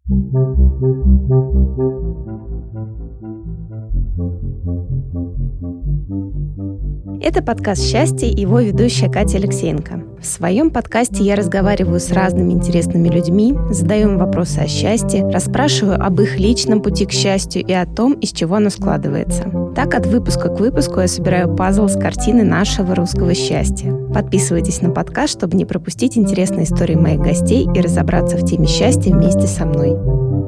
Это подкаст «Счастье» и его ведущая Катя Алексеенко. В своем подкасте я разговариваю с разными интересными людьми, задаю им вопросы о счастье, расспрашиваю об их личном пути к счастью и о том, из чего оно складывается. Так, от выпуска к выпуску я собираю пазл с картины нашего русского счастья. Подписывайтесь на подкаст, чтобы не пропустить интересные истории моих гостей и разобраться в теме счастья вместе со мной.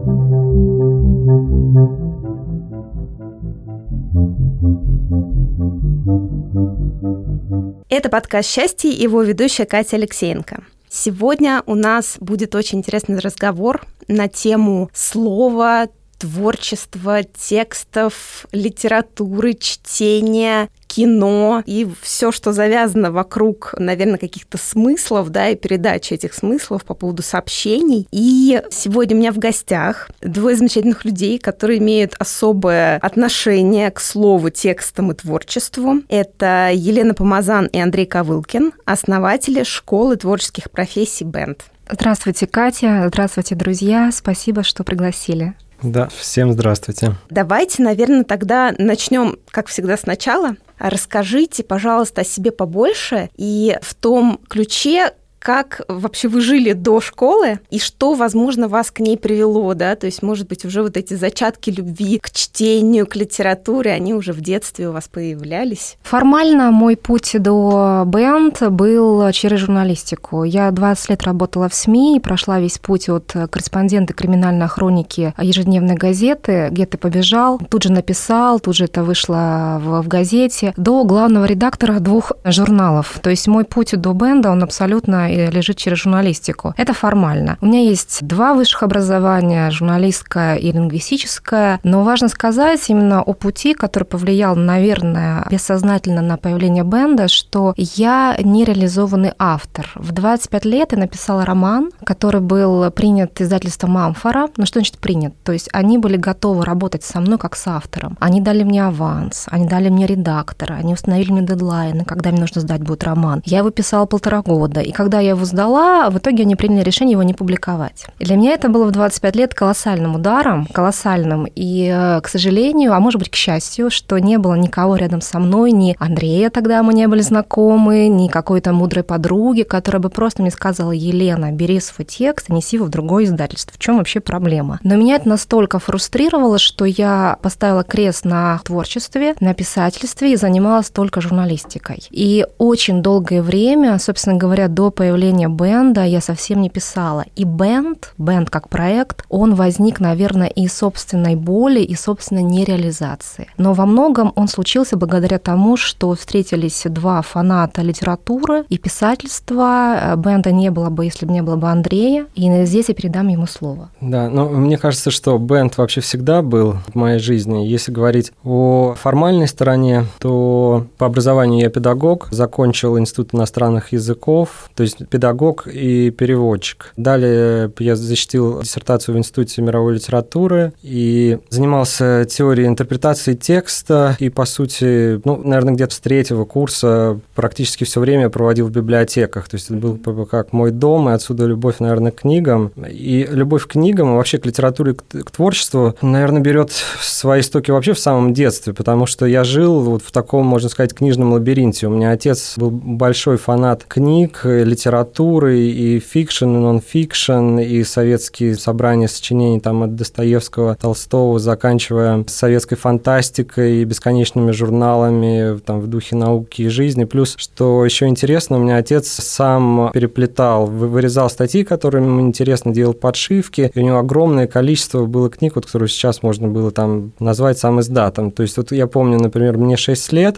Это подкаст «Счастье» и его ведущая Катя Алексеенко. Сегодня у нас будет очень интересный разговор на тему слова, творчества, текстов, литературы, чтения, кино и все, что завязано вокруг, наверное, каких-то смыслов, да, и передачи этих смыслов по поводу сообщений. И сегодня у меня в гостях двое замечательных людей, которые имеют особое отношение к слову, текстам и творчеству. Это Елена Помазан и Андрей Ковылкин, основатели школы творческих профессий «Бенд». Здравствуйте, Катя. Здравствуйте, друзья. Спасибо, что пригласили. Да, всем здравствуйте. Давайте, наверное, тогда начнем, как всегда, сначала. Расскажите, пожалуйста, о себе побольше и в том ключе, как вообще вы жили до школы и что, возможно, вас к ней привело, да? То есть, может быть, уже вот эти зачатки любви к чтению, к литературе, они уже в детстве у вас появлялись? Формально мой путь до Бенд был через журналистику. Я 20 лет работала в СМИ и прошла весь путь от корреспондента криминальной хроники ежедневной газеты «Где ты побежал?», тут же написал, тут же это вышло в газете, до главного редактора 2 журналов. То есть мой путь до Бенда, он абсолютно лежит через журналистику. Это формально. У меня есть 2 высших образования, журналистское и лингвистическое, но важно сказать именно о пути, который повлиял, наверное, бессознательно на появление Бенда, что я нереализованный автор. В 25 лет я написала роман, который был принят издательством «Амфора». Ну, что значит принят? То есть они были готовы работать со мной как с автором. Они дали мне аванс, они дали мне редактора, они установили мне дедлайны, когда мне нужно сдать будет роман. Я его писала 1,5 года, и когда я его сдала, в итоге они приняли решение его не публиковать. И для меня это было в 25 лет колоссальным ударом, колоссальным. И, к сожалению, а может быть, к счастью, что не было никого рядом со мной, ни Андрея, тогда мы не были знакомы, ни какой-то мудрой подруги, которая бы просто мне сказала: Елена, бери свой текст и неси его в другое издательство. В чем вообще проблема? Но меня это настолько фрустрировало, что я поставила крест на творчестве, на писательстве и занималась только журналистикой. И очень долгое время, собственно говоря, до появления Бенда я совсем не писала. И Бенд как проект, он возник, наверное, из собственной боли и собственной нереализации. Но во многом он случился благодаря тому, что встретились 2 фаната литературы и писательства. Бенда не было бы, если бы не было бы Андрея. И здесь я передам ему слово. Да, но мне кажется, что Бенд вообще всегда был в моей жизни. Если говорить о формальной стороне, то по образованию я педагог, закончил Институт иностранных языков, то есть педагог и переводчик. Далее я защитил диссертацию в Институте мировой литературы и занимался теорией интерпретации текста. И, по сути, наверное, где-то с 3-го курса практически все время проводил в библиотеках. То есть это был как мой дом, и отсюда любовь, наверное, к книгам. И любовь к книгам, и вообще к литературе, к творчеству, наверное, берет свои истоки вообще в самом детстве, потому что я жил вот в таком, можно сказать, книжном лабиринте. У меня отец был большой фанат книг, литературы, и фикшн, и нон-фикшн, и советские собрания сочинений там, от Достоевского, Толстого, заканчивая советской фантастикой и бесконечными журналами там, в духе науки и жизни. Плюс, что еще интересно, у меня отец сам переплетал, вырезал статьи, которые ему интересно, делал подшивки, и у него огромное количество было книг, вот, которые сейчас можно было там назвать сам издатом. То есть вот я помню, например, мне 6 лет,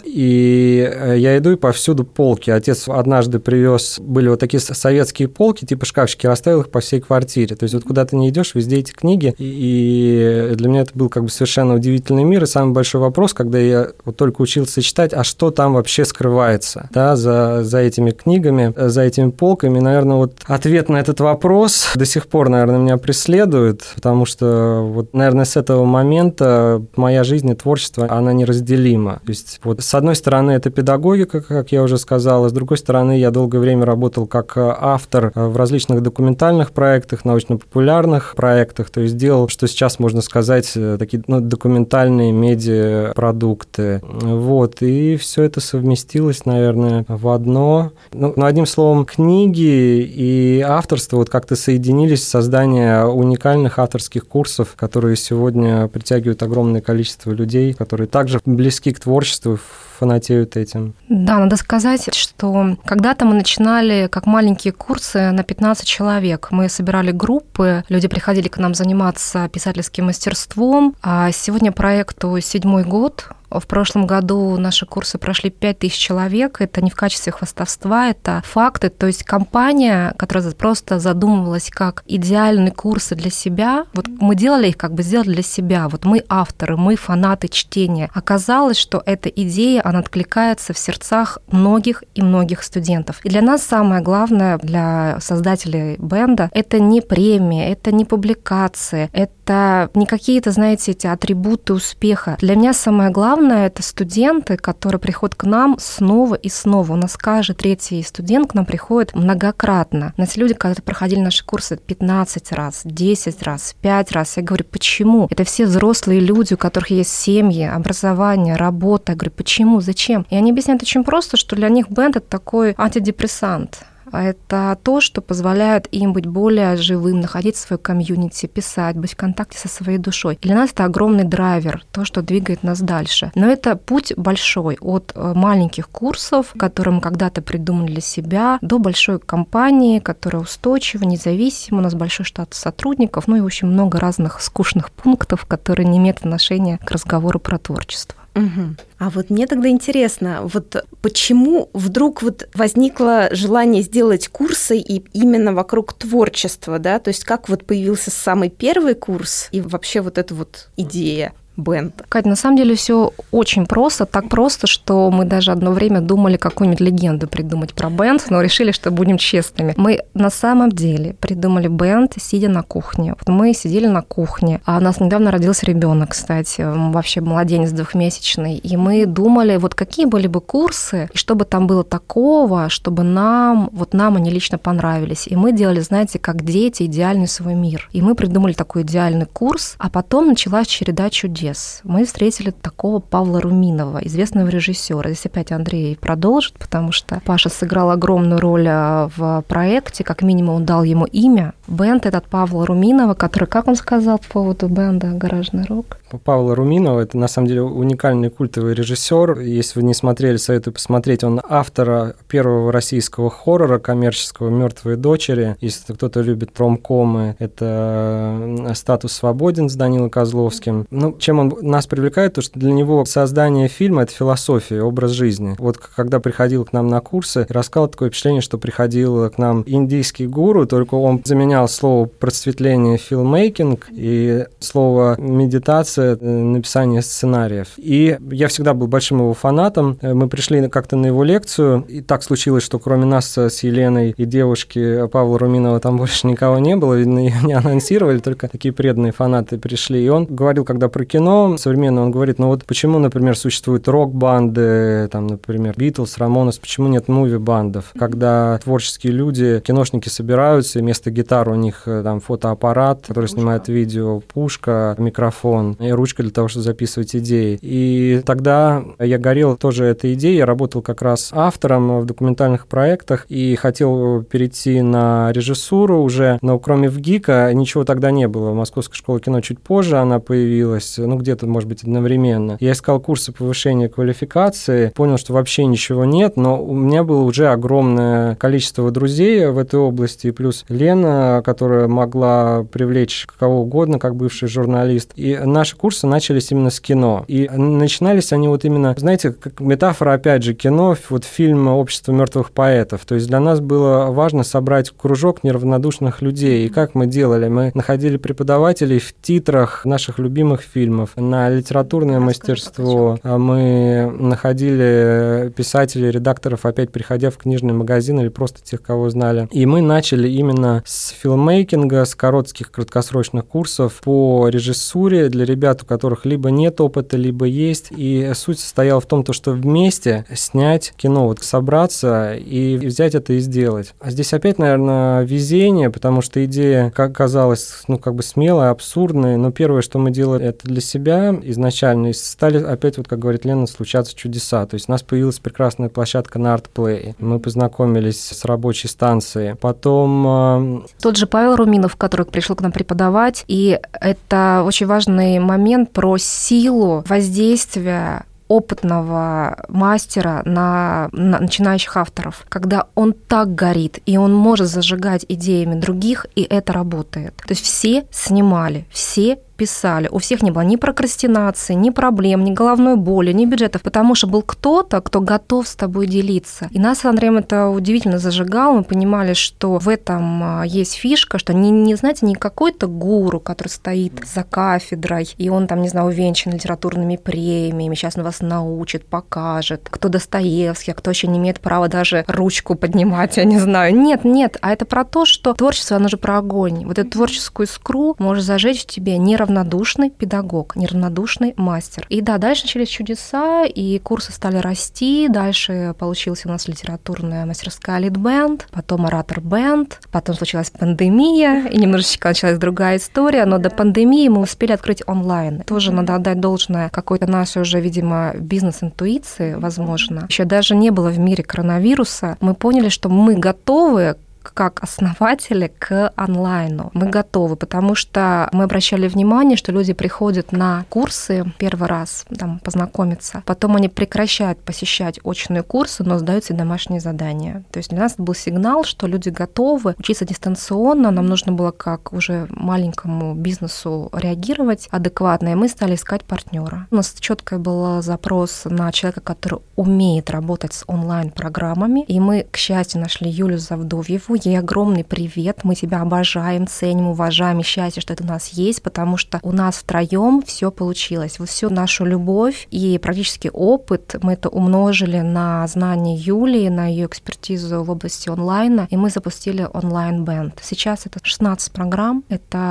и я иду, и повсюду полки. Отец однажды привез, были вот такие советские полки, типа шкафчики, расставил их по всей квартире. То есть вот куда ты не идешь, везде эти книги. И для меня это был как бы совершенно удивительный мир. И самый большой вопрос, когда я вот только учился читать, а что там вообще скрывается, да, за этими книгами, за этими полками. Наверное, вот ответ на этот вопрос до сих пор, наверное, меня преследует, потому что вот, наверное, с этого момента моя жизнь и творчество, она неразделима. То есть вот с одной стороны это педагогика, как я уже сказал, а с другой стороны я долгое время работал как автор в различных документальных проектах, научно-популярных проектах, то есть делал, что сейчас можно сказать, такие документальные медиапродукты. Вот, и все это совместилось, наверное, в одно. Одним словом, книги и авторство вот как-то соединились в создании уникальных авторских курсов, которые сегодня притягивают огромное количество людей, которые также близки к творчеству, фанатеют этим. Да, надо сказать, что когда-то мы начинали как маленькие курсы на 15 человек. Мы собирали группы, люди приходили к нам заниматься писательским мастерством, а сегодня проекту 7-й год. В прошлом году наши курсы прошли 5000 человек. Это не в качестве хвастовства, это факты. То есть компания, которая просто задумывалась как идеальные курсы для себя, вот мы делали их сделали для себя. Вот мы авторы, мы фанаты чтения. Оказалось, что эта идея, она откликается в сердцах многих и многих студентов. И для нас самое главное, для создателей бенда, это не премия, это не публикации, это не какие-то, знаете, эти атрибуты успеха. Для меня самое главное — это студенты, которые приходят к нам снова и снова. У нас каждый 3-й студент к нам приходит многократно. У нас люди, когда проходили наши курсы 15 раз, 10 раз, 5 раз. Я говорю, почему? Это все взрослые люди, у которых есть семьи, образование, работа. Я говорю, почему, зачем? И они объясняют очень просто, что для них бенд — это такой антидепрессант. Это то, что позволяет им быть более живым, находить свое комьюнити, писать, быть в контакте со своей душой. Для нас это огромный драйвер, то, что двигает нас дальше. Но это путь большой, от маленьких курсов, которые мы когда-то придумали для себя, до большой компании, которая устойчива, независима, у нас большой штат сотрудников, и, в общем, много разных скучных пунктов, которые не имеют отношения к разговору про творчество. Угу. А вот мне тогда интересно, вот почему вдруг возникло желание сделать курсы и именно вокруг творчества, да? То есть как появился самый первый курс и вообще эта идея бенда? Кать, на самом деле все очень просто, так просто, что мы даже одно время думали какую-нибудь легенду придумать про бенд, но решили, что будем честными. Мы на самом деле придумали бенд, сидя на кухне. Мы сидели на кухне, а у нас недавно родился ребенок, кстати, вообще младенец 2-месячный, и мы думали, какие были бы курсы, и чтобы там было такого, чтобы нам они лично понравились. И мы делали, знаете, как дети, идеальный свой мир. И мы придумали такой идеальный курс, а потом началась череда чудес. Мы встретили такого Павла Руминова, известного режиссера. Здесь опять Андрей продолжит, потому что Паша сыграл огромную роль в проекте, как минимум он дал ему имя. Бенд этот Павла Руминова, который, как он сказал по поводу бенда «Гаражный рок»? Павла Руминова — это, на самом деле, уникальный культовый режиссер. Если вы не смотрели, советую посмотреть. Он автор первого российского хоррора коммерческого «Мертвые дочери». Если кто-то любит ромкомы, это «Статус свободен» с Данилой Козловским. Чем он нас привлекает, то что для него создание фильма — это философия, образ жизни. Когда приходил к нам на курсы, рассказал такое впечатление, что приходил к нам индийский гуру, только он заменял слово «просветление» «филмейкинг» и слово «медитация» написание сценариев. И я всегда был большим его фанатом. Мы пришли как-то на его лекцию, и так случилось, что кроме нас с Еленой и девушки Павла Руминова там больше никого не было, видно, ее не анонсировали, только такие преданные фанаты пришли. И он говорил, когда про кино современно, он говорит, почему, например, существуют рок-банды, например, Битлз, Рамонес, почему нет муви-бандов? Когда творческие люди, киношники собираются, и вместо гитары у них фотоаппарат, который снимает видео, пушка, микрофон и ручка для того, чтобы записывать идеи. И тогда я горел тоже этой идеей, я работал как раз автором в документальных проектах и хотел перейти на режиссуру уже, но кроме ВГИКа ничего тогда не было. Московская школа кино чуть позже она появилась, где-то, может быть, одновременно. Я искал курсы повышения квалификации, понял, что вообще ничего нет, но у меня было уже огромное количество друзей в этой области, и плюс Лена, которая могла привлечь кого угодно, как бывший журналист. И наши курсы начались именно с кино. И начинались они именно, знаете, как метафора, опять же, кино, фильм «Общество мертвых поэтов». То есть для нас было важно собрать кружок неравнодушных людей. И как мы делали? Мы находили преподавателей в титрах наших любимых фильмов, на литературное мастерство. Мы находили писателей, редакторов, опять приходя в книжный магазин или просто тех, кого знали. И мы начали именно с филммейкинга, с коротких, краткосрочных курсов по режиссуре для ребят, ребят, у которых либо нет опыта, либо есть. И суть состояла в том, что вместе снять кино, вот собраться и взять это и сделать. А здесь опять, наверное, везение, потому что идея казалась, смелая, абсурдная, но первое, что мы делали, это для себя изначально, и стали опять, как говорит Лена, случаться чудеса. То есть у нас появилась прекрасная площадка на ArtPlay. Мы познакомились с рабочей станцией. Потом... Тот же Павел Руминов, который пришел к нам преподавать, и это очень важный момент про силу воздействия опытного мастера на начинающих авторов, когда он так горит, и он может зажигать идеями других, и это работает. То есть все снимали, все писали. У всех не было ни прокрастинации, ни проблем, ни головной боли, ни бюджетов, потому что был кто-то, кто готов с тобой делиться. И нас с Андреем это удивительно зажигало. Мы понимали, что в этом есть фишка, что знаете, не какой-то гуру, который стоит за кафедрой, и он там, не знаю, увенчан литературными премиями, сейчас он вас научит, покажет, кто Достоевский, а кто еще не имеет права даже ручку поднимать, я не знаю. Нет, а это про то, что творчество, оно же про огонь. Вот эту творческую искру может зажечь в тебе неравнодушный педагог, неравнодушный мастер. И да, дальше начались чудеса, и курсы стали расти, дальше получилась у нас литературная мастерская Литбенд, потом оратор-бенд, потом случилась пандемия, и немножечко началась другая история, но до пандемии мы успели открыть онлайн. Тоже надо отдать должное какой-то нашей уже, видимо, бизнес-интуиции, возможно. Еще даже не было в мире коронавируса. Мы поняли, что мы готовы как основатели к онлайну. Мы готовы, потому что мы обращали внимание, что люди приходят на курсы первый раз там, познакомиться, потом они прекращают посещать очные курсы, но сдают себе домашние задания. То есть для нас это был сигнал, что люди готовы учиться дистанционно, нам нужно было как уже маленькому бизнесу реагировать адекватно, и мы стали искать партнера. У нас четкий был запрос на человека, который умеет работать с онлайн-программами, и мы, к счастью, нашли Юлю Завдовьеву. Ей огромный привет, мы тебя обожаем, ценим, уважаем, и счастье, что это у нас есть, потому что у нас втроем все получилось. Вот всю нашу любовь и практически опыт мы это умножили на знания Юлии, на ее экспертизу в области онлайна, и мы запустили онлайн-бенд. Сейчас это 16 программ,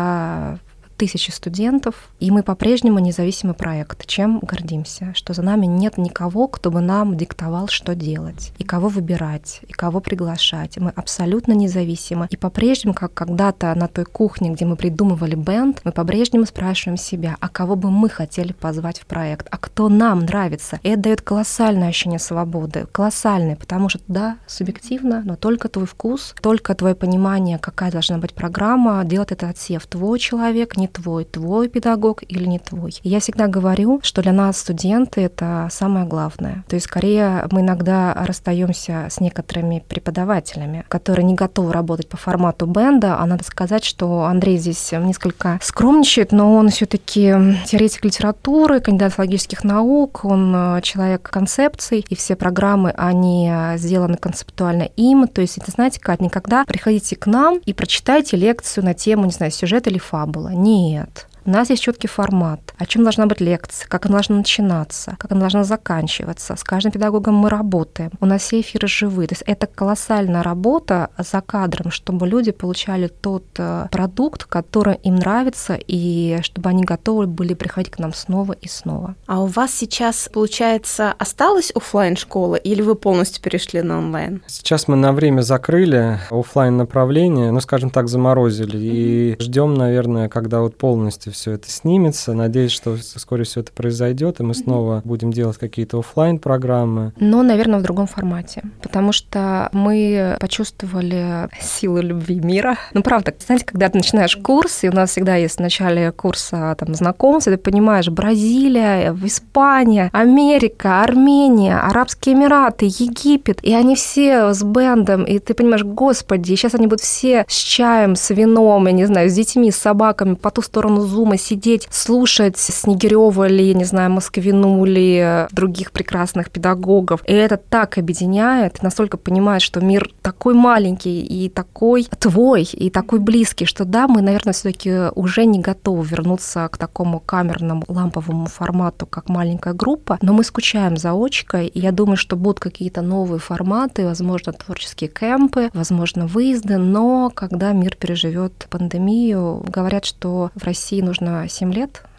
это 1000 студентов, и мы по-прежнему независимый проект. Чем гордимся? Что за нами нет никого, кто бы нам диктовал, что делать, и кого выбирать, и кого приглашать. Мы абсолютно независимы. И по-прежнему, как когда-то на той кухне, где мы придумывали бенд, мы по-прежнему спрашиваем себя, а кого бы мы хотели позвать в проект, а кто нам нравится. И это дает колоссальное ощущение свободы, колоссальное, потому что, да, субъективно, но только твой вкус, только твое понимание, какая должна быть программа, делает этот отсев. Твой человек, не твой педагог или не твой. И я всегда говорю, что для нас студенты — это самое главное. То есть, скорее, мы иногда расстаемся с некоторыми преподавателями, которые не готовы работать по формату бенда, а надо сказать, что Андрей здесь несколько скромничает, но он все-таки теоретик литературы, кандидат филологических наук, он человек концепций, и все программы, они сделаны концептуально им. То есть, это, знаете, как никогда приходите к нам и прочитайте лекцию на тему, не знаю, сюжет или фабула. Нет. У нас есть четкий формат, о чем должна быть лекция, как она должна начинаться, как она должна заканчиваться. С каждым педагогом мы работаем. У нас все эфиры живые. То есть это колоссальная работа за кадром, чтобы люди получали тот продукт, который им нравится, и чтобы они готовы были приходить к нам снова и снова. А у вас сейчас, получается, осталась офлайн-школа или вы полностью перешли на онлайн? Сейчас мы на время закрыли офлайн направление, скажем так, заморозили, и ждем, наверное, когда вот полностью все это снимется. Надеюсь, что вскоре все это произойдет, и мы снова будем делать какие-то офлайн программы. Но, наверное, в другом формате, потому что мы почувствовали силу любви мира. Правда, знаете, когда ты начинаешь курс, и у нас всегда есть в начале курса знакомства, ты понимаешь, Бразилия, Испания, Америка, Армения, Арабские Эмираты, Египет, и они все с бендом, и ты понимаешь, господи, сейчас они будут все с чаем, с вином, я не знаю, с детьми, с собаками по ту сторону зума сидеть, слушать Снегирёва ли, не знаю, Москвину ли, других прекрасных педагогов. И это так объединяет, ты настолько понимаешь, что мир такой маленький и такой твой, и такой близкий, что да, мы, наверное, все-таки уже не готовы вернуться к такому камерному ламповому формату, как маленькая группа, но мы скучаем за очкой, и я думаю, что будут какие-то новые форматы, возможно, творческие кемпы, возможно, выезды, но когда мир переживет пандемию, говорят, что в России нужно 7 лет,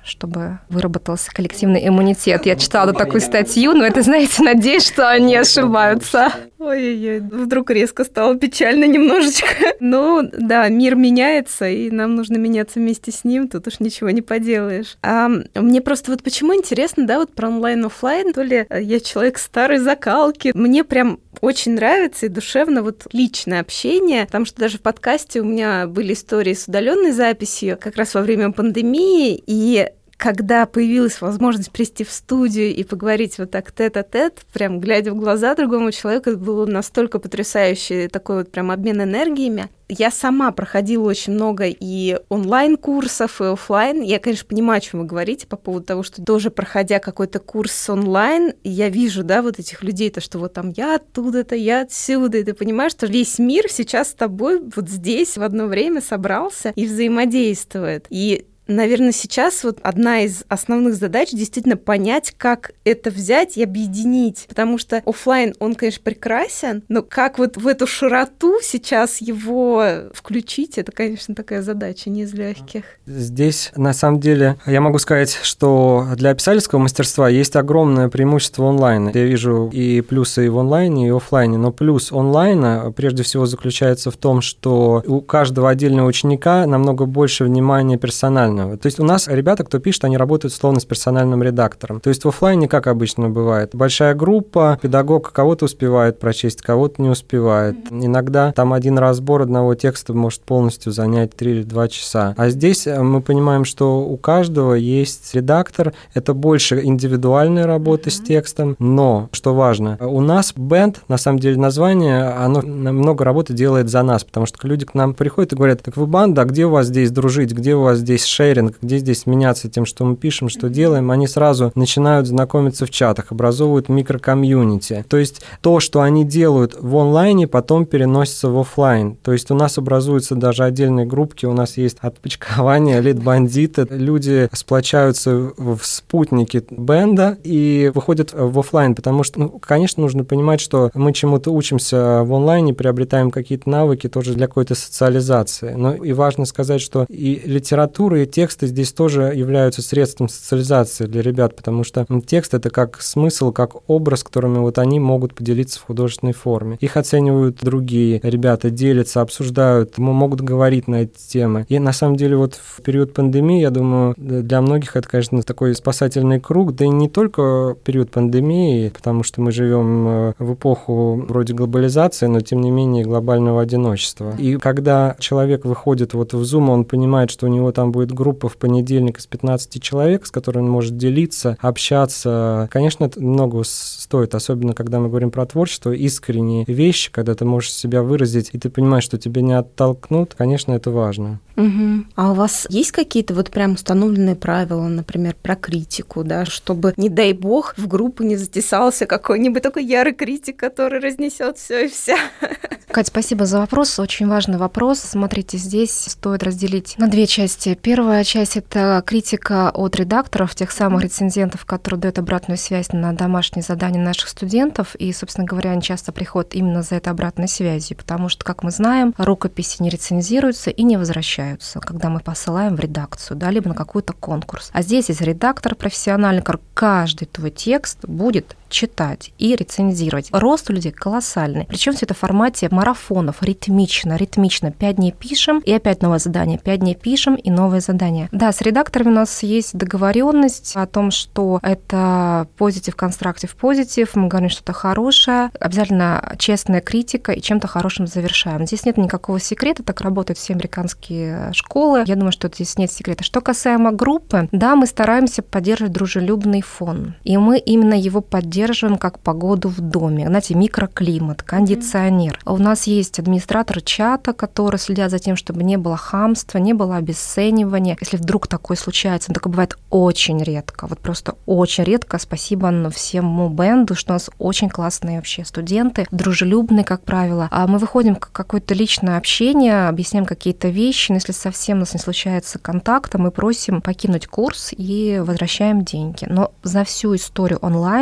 чтобы выработался коллективный иммунитет. Я читала такую статью, но это, знаете, надеюсь, что они ошибаются. Ой-ой-ой, вдруг резко стало печально немножечко. Ну, да, мир меняется, и нам нужно меняться вместе с ним, тут уж ничего не поделаешь. А мне просто вот почему интересно, да, вот про онлайн-офлайн, то ли я человек старой закалки, мне прям очень нравится и душевно вот личное общение, потому что даже в подкасте у меня были истории с удаленной записью как раз во время пандемии, и когда появилась возможность прийти в студию и поговорить вот так тет-а-тет, прям глядя в глаза другому человеку, это было настолько потрясающий такой вот прям обмен энергиями. Я сама проходила очень много и онлайн-курсов, и офлайн. Я, конечно, понимаю, о чем вы говорите по поводу того, что тоже проходя какой-то курс онлайн, я вижу, да, вот этих людей-то, что вот там я оттуда-то, я отсюда, и ты понимаешь, что весь мир сейчас с тобой вот здесь в одно время собрался и взаимодействует. И наверное, сейчас вот одна из основных задач действительно понять, как это взять и объединить, потому что офлайн, он, конечно, прекрасен, но как вот в эту широту сейчас его включить, это, конечно, такая задача не из легких. Здесь, на самом деле, я могу сказать, что для писательского мастерства есть огромное преимущество онлайна. Я вижу и плюсы и в онлайне, и в офлайне, но плюс онлайна прежде всего заключается в том, что у каждого отдельного ученика намного больше внимания персонального. То есть у нас ребята, кто пишет, они работают словно с персональным редактором. То есть в офлайне, как обычно бывает, большая группа, педагог кого-то успевает прочесть, кого-то не успевает. Иногда там один разбор одного текста может полностью занять 3 или 2 часа. А здесь мы понимаем, что у каждого есть редактор, это больше индивидуальная работа с текстом, но, что важно, у нас бенд, на самом деле название, оно много работы делает за нас, потому что люди к нам приходят и говорят: так вы банда, а где у вас здесь дружить, где у вас здесь шеринг, где здесь меняться тем, что мы пишем, что делаем, они сразу начинают знакомиться в чатах, образовывают микрокомьюнити. То есть то, что они делают в онлайне, потом переносится в офлайн. То есть у нас образуются даже отдельные группки, у нас есть отпочкование, лид-бандиты, люди сплочаются в спутнике бенда и выходят в офлайн, потому что, конечно, нужно понимать, что мы чему-то учимся в онлайне, приобретаем какие-то навыки тоже для какой-то социализации. Но и важно сказать, что и литература, и тексты здесь тоже являются средством социализации для ребят, потому что текст — это как смысл, как образ, которыми вот они могут поделиться в художественной форме. Их оценивают другие ребята, делятся, обсуждают, могут говорить на эти темы. И на самом деле вот в период пандемии, я думаю, для многих это, конечно, такой спасательный круг, да и не только в период пандемии, потому что мы живем в эпоху вроде глобализации, но тем не менее глобального одиночества. И когда человек выходит вот в Zoom, он понимает, что у него там будет группа в понедельник из 15 человек, с которыми он может делиться, общаться. Конечно, это много стоит, особенно когда мы говорим про творчество, искренние вещи, когда ты можешь себя выразить, и ты понимаешь, что тебя не оттолкнут, конечно, это важно. Угу. А у вас есть какие-то вот прям установленные правила, например, про критику, да, чтобы, не дай бог, в группу не затесался какой-нибудь такой ярый критик, который разнесет все и вся? Кать, спасибо за вопрос. Очень важный вопрос. Смотрите, здесь стоит разделить на 2 части. Первая часть — это критика от редакторов, тех самых рецензентов, которые дают обратную связь на домашние задания наших студентов. И, собственно говоря, они часто приходят именно за этой обратной связью, потому что, как мы знаем, рукописи не рецензируются и не возвращаются, когда мы посылаем в редакцию, да, либо на какой-то конкурс. А здесь есть редактор профессиональный, который каждый твой текст будет читать и рецензировать. Рост у людей колоссальный. Причем все это в формате марафонов, ритмично. 5 дней пишем, и опять новое задание. 5 дней пишем, и новое задание. Да, с редакторами у нас есть договоренность о том, что это позитив, конструктив, позитив. Мы говорим что-то хорошее. Обязательно честная критика, и чем-то хорошим завершаем. Здесь нет никакого секрета, так работают все американские школы. Я думаю, что здесь нет секрета. Что касаемо группы, да, мы стараемся поддерживать дружелюбный фон. И мы именно его поддерживаем как погоду в доме. Знаете, микроклимат, кондиционер. У нас есть администратор чата, которые следят за тем, чтобы не было хамства, не было обесценивания. Если вдруг такое случается, такое бывает очень редко, вот просто очень редко. Спасибо всему бенду, что у нас очень классные вообще студенты, дружелюбные, как правило. А мы выходим в какое-то личное общение, объясняем какие-то вещи, но если совсем у нас не случается контакта, мы просим покинуть курс и возвращаем деньги. Но за всю историю онлайна, а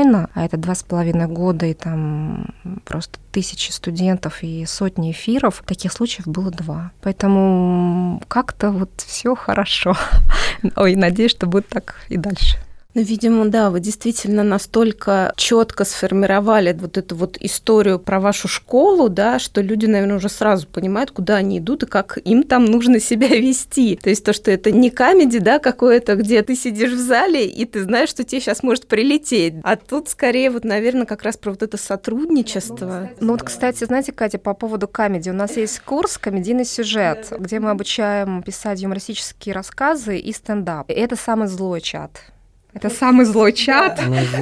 это 2,5 года, и там просто тысячи студентов и сотни эфиров. Таких случаев было 2. Поэтому как-то вот все хорошо. Ой, надеюсь, что будет так и дальше. Ну, видимо, да, вы действительно настолько четко сформировали вот эту вот историю про вашу школу, да, что люди, наверное, уже сразу понимают, куда они идут и как им там нужно себя вести. То есть то, что это не камеди, да, какое-то, где ты сидишь в зале, и ты знаешь, что тебе сейчас может прилететь. А тут скорее вот, наверное, как раз про вот это сотрудничество. Ну вот, кстати, знаете, Катя, по поводу камеди. У нас есть курс «Комедийный сюжет», где мы обучаем писать юмористические рассказы и стендап. И это самый злой чат. Это самый злой чат.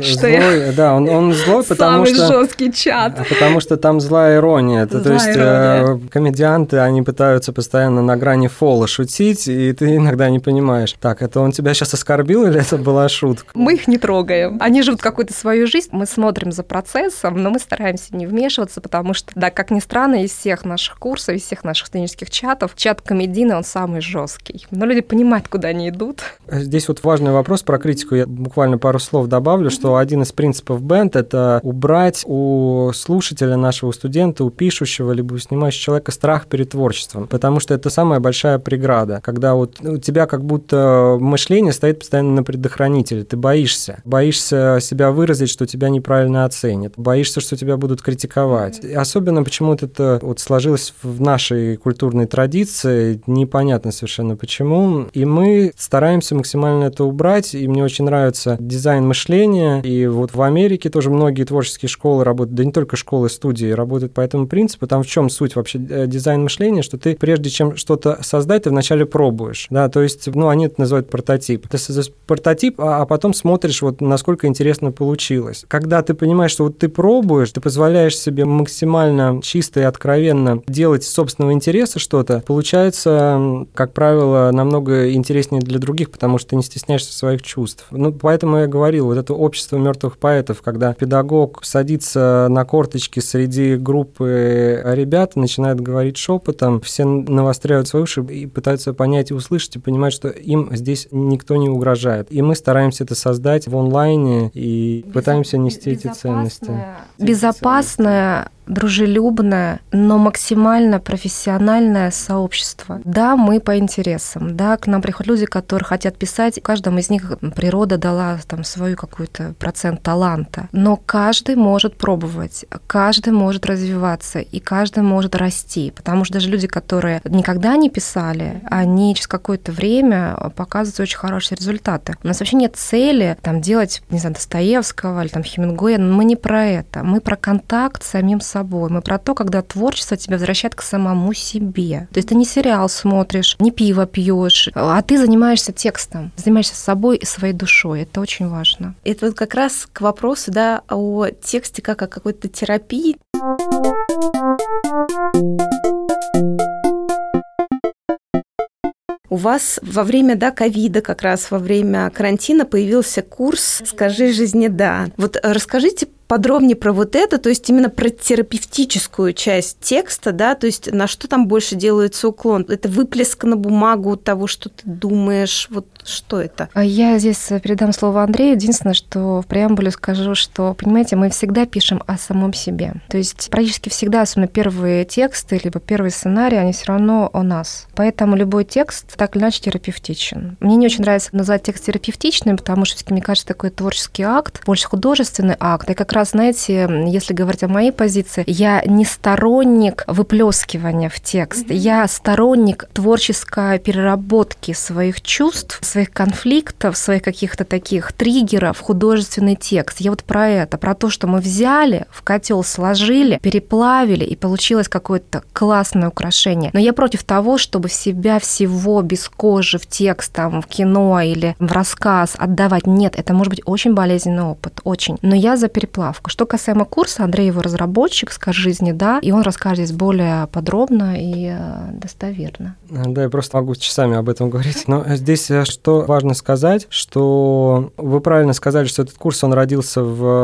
Да, он злой, потому что... Самый жесткий чат. Потому что там злая ирония. То есть комедианты, они пытаются постоянно на грани фола шутить, и ты иногда не понимаешь, так, это он тебя сейчас оскорбил или это была шутка? Мы их не трогаем. Они живут какую-то свою жизнь, мы смотрим за процессом, но мы стараемся не вмешиваться, потому что, да, как ни странно, из всех наших курсов, из всех наших студенческих чатов, чат комедийный, он самый жесткий. Но люди понимают, куда они идут. Здесь вот важный вопрос про критику. Я буквально пару слов добавлю, что один из принципов Band — это убрать у слушателя, нашего студента, у пишущего, либо у снимающего человека страх перед творчеством, потому что это самая большая преграда, когда вот у тебя как будто мышление стоит постоянно на предохранителе, ты боишься себя выразить, что тебя неправильно оценят, боишься, что тебя будут критиковать. И особенно почему-то это вот сложилось в нашей культурной традиции, непонятно совершенно почему, и мы стараемся максимально это убрать, и мне очень нравится дизайн мышления, и вот в Америке тоже многие творческие школы работают, да не только школы, студии работают по этому принципу. Там в чем суть вообще дизайн мышления, что ты прежде чем что-то создать, ты вначале пробуешь, да, то есть, они это называют прототип. Ты создаешь прототип, а потом смотришь, вот насколько интересно получилось. Когда ты понимаешь, что вот ты пробуешь, ты позволяешь себе максимально чисто и откровенно делать из собственного интереса что-то, получается, как правило, намного интереснее для других, потому что ты не стесняешься своих чувств. Поэтому я говорил, вот это общество мертвых поэтов, когда педагог садится на корточки среди группы ребят, начинает говорить шепотом, все навостряют свои уши и пытаются понять и услышать, и понимать, что им здесь никто не угрожает. И мы стараемся это создать в онлайне и пытаемся нести эти ценности. Безопасное, дружелюбное, но максимально профессиональное сообщество. Да, мы по интересам, да, к нам приходят люди, которые хотят писать, каждому из них природа дала там свою какой-то процент таланта, но каждый может пробовать, каждый может развиваться, и каждый может расти, потому что даже люди, которые никогда не писали, они через какое-то время показывают очень хорошие результаты. У нас вообще нет цели там делать, не знаю, Достоевского или там Хемингуэя, но мы не про это, мы про контакт с самим собой. Мы про то, когда творчество тебя возвращает к самому себе. То есть ты не сериал смотришь, не пиво пьешь, а ты занимаешься текстом, занимаешься собой и своей душой. Это очень важно. Это вот как раз к вопросу, да, о тексте как о какой-то терапии. У вас во время ковида, как раз во время карантина, появился курс «Скажи жизни да». Вот расскажите подробнее про вот это, то есть именно про терапевтическую часть текста, да, то есть на что там больше делается уклон? Это выплеск на бумагу того, что ты думаешь, вот что это? Я здесь передам слово Андрею. Единственное, что в преамбуле скажу, что, понимаете, мы всегда пишем о самом себе. То есть практически всегда, особенно первые тексты, либо первые сценарии, они все равно о нас. Поэтому любой текст так или иначе терапевтичен. Мне не очень нравится назвать текст терапевтичным, потому что все-таки, мне кажется, такой творческий акт, больше художественный акт. И как раз, знаете, если говорить о моей позиции, я не сторонник выплескивания в текст, я сторонник творческой переработки своих чувств, своих конфликтов, своих каких-то таких триггеров в художественный текст. Я вот про это, про то, что мы взяли, в котел сложили, переплавили, и получилось какое-то классное украшение. Но я против того, чтобы себя всего без кожи в текст, там, в кино или в рассказ отдавать. Нет, это может быть очень болезненный опыт, очень. Но я за переплавку. Что касаемо курса, Андрей его разработчик, «Скажи жизни да», и он расскажет здесь более подробно и достоверно. Да, я просто могу часами об этом говорить. Но здесь, что что важно сказать, что вы правильно сказали, что этот курс, он родился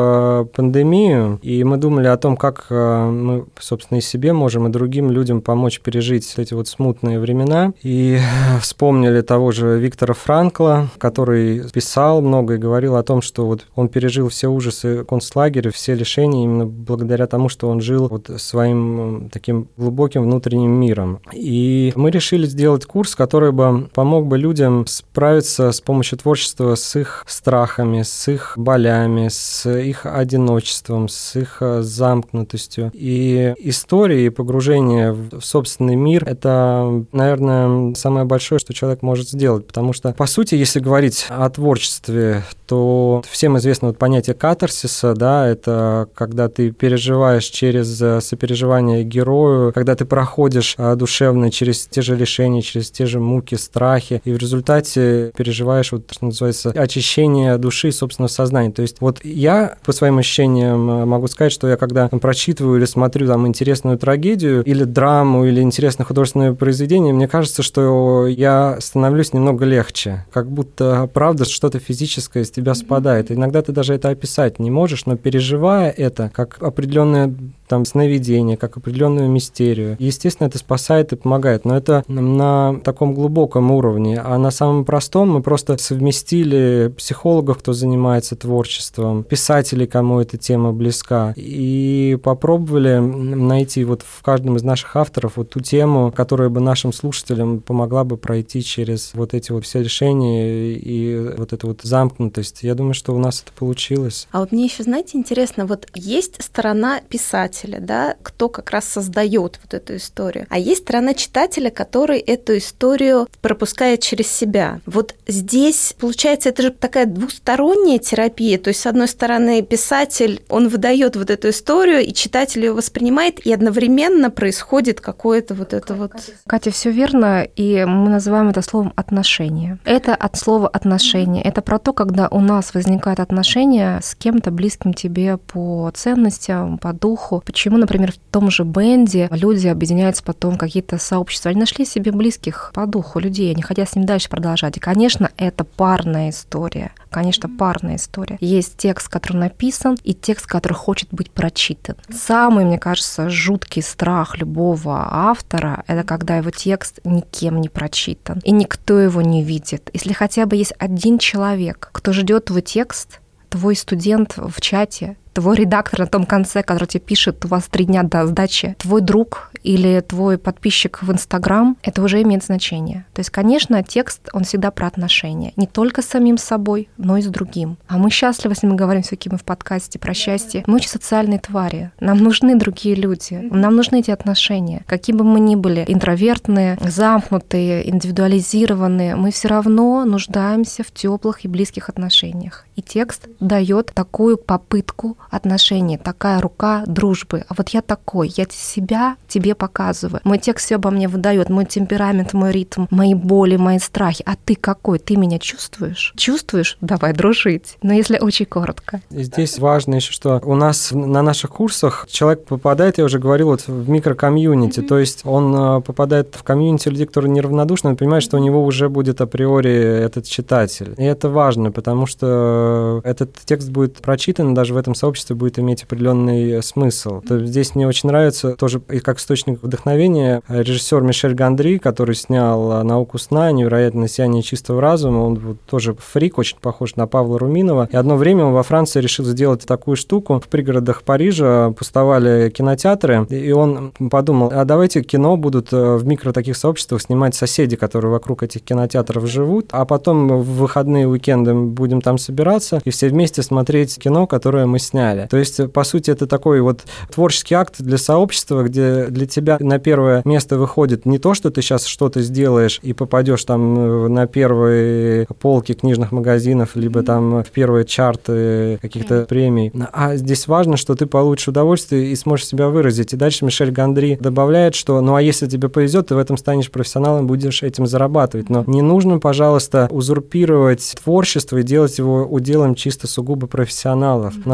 в пандемию, и мы думали о том, как мы, собственно, и себе можем, и другим людям помочь пережить эти вот смутные времена. И вспомнили того же Виктора Франкла, который писал много и говорил о том, что вот он пережил все ужасы концлагеря, все лишения именно благодаря тому, что он жил вот своим таким глубоким внутренним миром. И мы решили сделать курс, который бы помог бы людям справиться с помощью творчества с их страхами, с их болями, с их одиночеством, с их замкнутостью. И истории, и погружение в собственный мир — это, наверное, самое большое, что человек может сделать, потому что, по сути, если говорить о творчестве, то всем известно вот понятие катарсиса, да, это когда ты переживаешь через сопереживание герою, когда ты проходишь душевно через те же лишения, через те же муки, страхи, и в результате переживаешь, вот, что называется, очищение души и собственного сознания. То есть вот я, по своим ощущениям, могу сказать, что я когда прочитываю или смотрю там интересную трагедию, или драму, или интересное художественное произведение, мне кажется, что я становлюсь немного легче, как будто, правда, что-то физическое из тебя спадает. Иногда ты даже это описать не можешь, но переживая это, как определенное там сновидение, как определенную мистерию, естественно, это спасает и помогает. Но это на таком глубоком уровне. А на самом простом мы просто совместили психологов, кто занимается творчеством, писателей, кому эта тема близка, и попробовали найти вот в каждом из наших авторов вот ту тему, которая бы нашим слушателям помогла бы пройти через вот эти вот все решения и вот эту вот замкнутость. Я думаю, что у нас это получилось. А вот мне еще, знаете, интересно, вот есть сторона писателя, да, кто как раз создает вот эту историю, а есть сторона читателя, который эту историю пропускает через себя. Вот здесь, получается, это же такая двусторонняя терапия, то есть, с одной стороны, писатель, он выдает вот эту историю, и читатель ее воспринимает, и одновременно происходит какое-то вот это вот... Катя, все верно, и мы называем это словом «отношения». Это от слова «отношения». Это про то, когда у нас возникают отношения с кем-то близким тебе по ценностям, по духу. Почему, например, в том же бенде люди объединяются потом в какие-то сообщества. Они нашли себе близких по духу людей, они хотят с ним дальше продолжать. И, конечно, это парная история. Конечно, парная история. Есть текст, который написан, и текст, который хочет быть прочитан. Самый, мне кажется, жуткий страх любого автора — это когда его текст никем не прочитан, и никто его не видит. Если хотя бы есть один человек, кто ждет твой текст, твой студент в чате, твой редактор на том конце, который тебе пишет, у вас 3 дня до сдачи, твой друг или твой подписчик в Инстаграм, это уже имеет значение. То есть, конечно, текст, он всегда про отношения. Не только с самим собой, но и с другим. А мы счастливы, если мы говорим все-таки мы в подкасте про счастье. Мы очень социальные твари. Нам нужны другие люди. Нам нужны эти отношения. Какие бы мы ни были, интровертные, замкнутые, индивидуализированные, мы все равно нуждаемся в теплых и близких отношениях. И текст дает такую попытку отношений, такая рука дружбы. А вот я такой, я себя тебе показываю. Мой текст все обо мне выдает, мой темперамент, мой ритм, мои боли, мои страхи. А ты какой? Ты меня чувствуешь? Чувствуешь? Давай дружить. Но если очень коротко. И здесь важно еще, что у нас на наших курсах человек попадает, я уже говорил, вот в микрокомьюнити, то есть он попадает в комьюнити людей, которые неравнодушны, он понимает, что у него уже будет априори этот читатель. И это важно, потому что этот текст будет прочитан, даже в этом сообществе будет иметь определенный смысл. То здесь мне очень нравится тоже и как источник вдохновения режиссер Мишель Гондри, который снял «Науку сна», «Невероятное сияние чистого разума». Он вот тоже фрик, очень похож на Павла Руминова. И одно время он во Франции решил сделать такую штуку. В пригородах Парижа пустовали кинотеатры, и он подумал, а давайте кино будут в микро таких сообществах снимать соседи, которые вокруг этих кинотеатров живут, а потом в выходные уикенды будем там собираться и все вместе смотреть кино, которое мы сняли. То есть, по сути, это такой вот творческий акт для сообщества, где для тебя на первое место выходит не то, что ты сейчас что-то сделаешь и попадешь там на первые полки книжных магазинов, либо там в первые чарты каких-то премий, а здесь важно, что ты получишь удовольствие и сможешь себя выразить. И дальше Мишель Гондри добавляет, что ну а если тебе повезет, ты в этом станешь профессионалом, будешь этим зарабатывать. Но не нужно, пожалуйста, узурпировать творчество и делать его уделом чисто сугубо профессионалов. У нас у каждого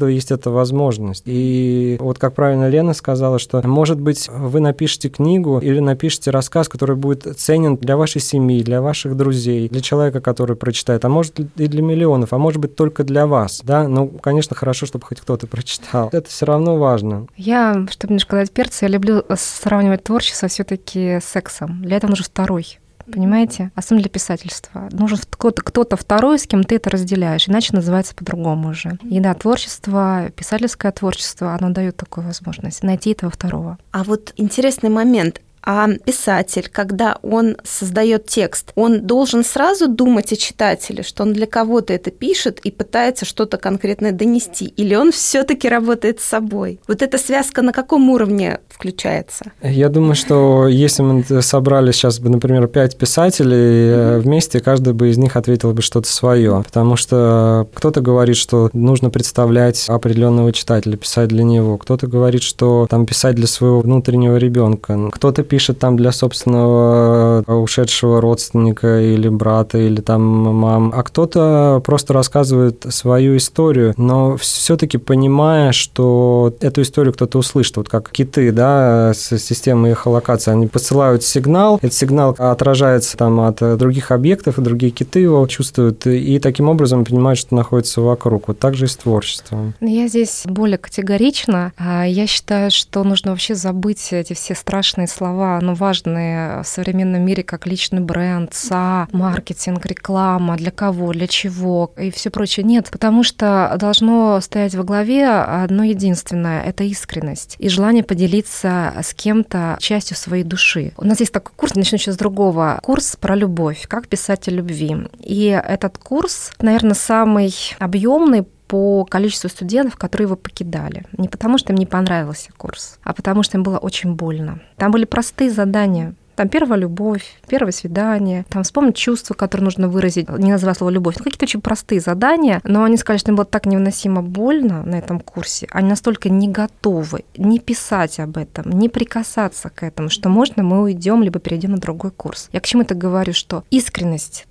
каждого есть эта возможность. И вот как правильно Лена сказала, что, может быть, вы напишете книгу или напишите рассказ, который будет ценен для вашей семьи, для ваших друзей, для человека, который прочитает, а может и для миллионов, а может быть только для вас, да? Ну, конечно, хорошо, чтобы хоть кто-то прочитал. Это все равно важно. Я, чтобы немножко дать перца, я люблю сравнивать творчество все-таки с сексом. Для этого нужен второй. Понимаете? Особенно для писательства. Нужен кто-то второй, с кем ты это разделяешь, иначе называется по-другому уже. И да, творчество, писательское творчество, оно дает такую возможность найти этого второго. А вот интересный момент. А писатель, когда он создает текст, он должен сразу думать о читателе, что он для кого-то это пишет и пытается что-то конкретное донести, или он все-таки работает с собой? Вот эта связка на каком уровне включается? Я думаю, что если мы собрали сейчас, например, 5 писателей вместе, каждый бы из них ответил бы что-то свое, потому что кто-то говорит, что нужно представлять определенного читателя, писать для него, кто-то говорит, что там писать для своего внутреннего ребенка, кто-то пишет там для собственного ушедшего родственника или брата, или там мам, а кто-то просто рассказывает свою историю, но все-таки понимая, что эту историю кто-то услышит, вот как киты, да, с системой эхолокации, они посылают сигнал, этот сигнал отражается там от других объектов, и другие киты его чувствуют, и таким образом понимают, что находится вокруг. Вот так же и с творчеством. Я здесь более категорична. Я считаю, что нужно вообще забыть эти все страшные слова, но важные в современном мире, как личный бренд, СА, маркетинг, реклама, для кого, для чего и все прочее. Нет, потому что должно стоять во главе одно единственное — это искренность и желание поделиться с кем-то частью своей души. У нас есть такой курс, начну сейчас с другого, курс про любовь, как писать о любви. И этот курс, наверное, самый объемный по количеству студентов, которые его покидали. Не потому, что им не понравился курс, а потому, что им было очень больно. Там были простые задания. Там первая любовь, первое свидание, там вспомнить чувства, которые нужно выразить, не называя слово «любовь». Ну, какие-то очень простые задания, но они сказали, что им было так невыносимо больно на этом курсе, они настолько не готовы не писать об этом, не прикасаться к этому, что можно мы уйдем, либо перейдем на другой курс. Я к чему это говорю, что искренность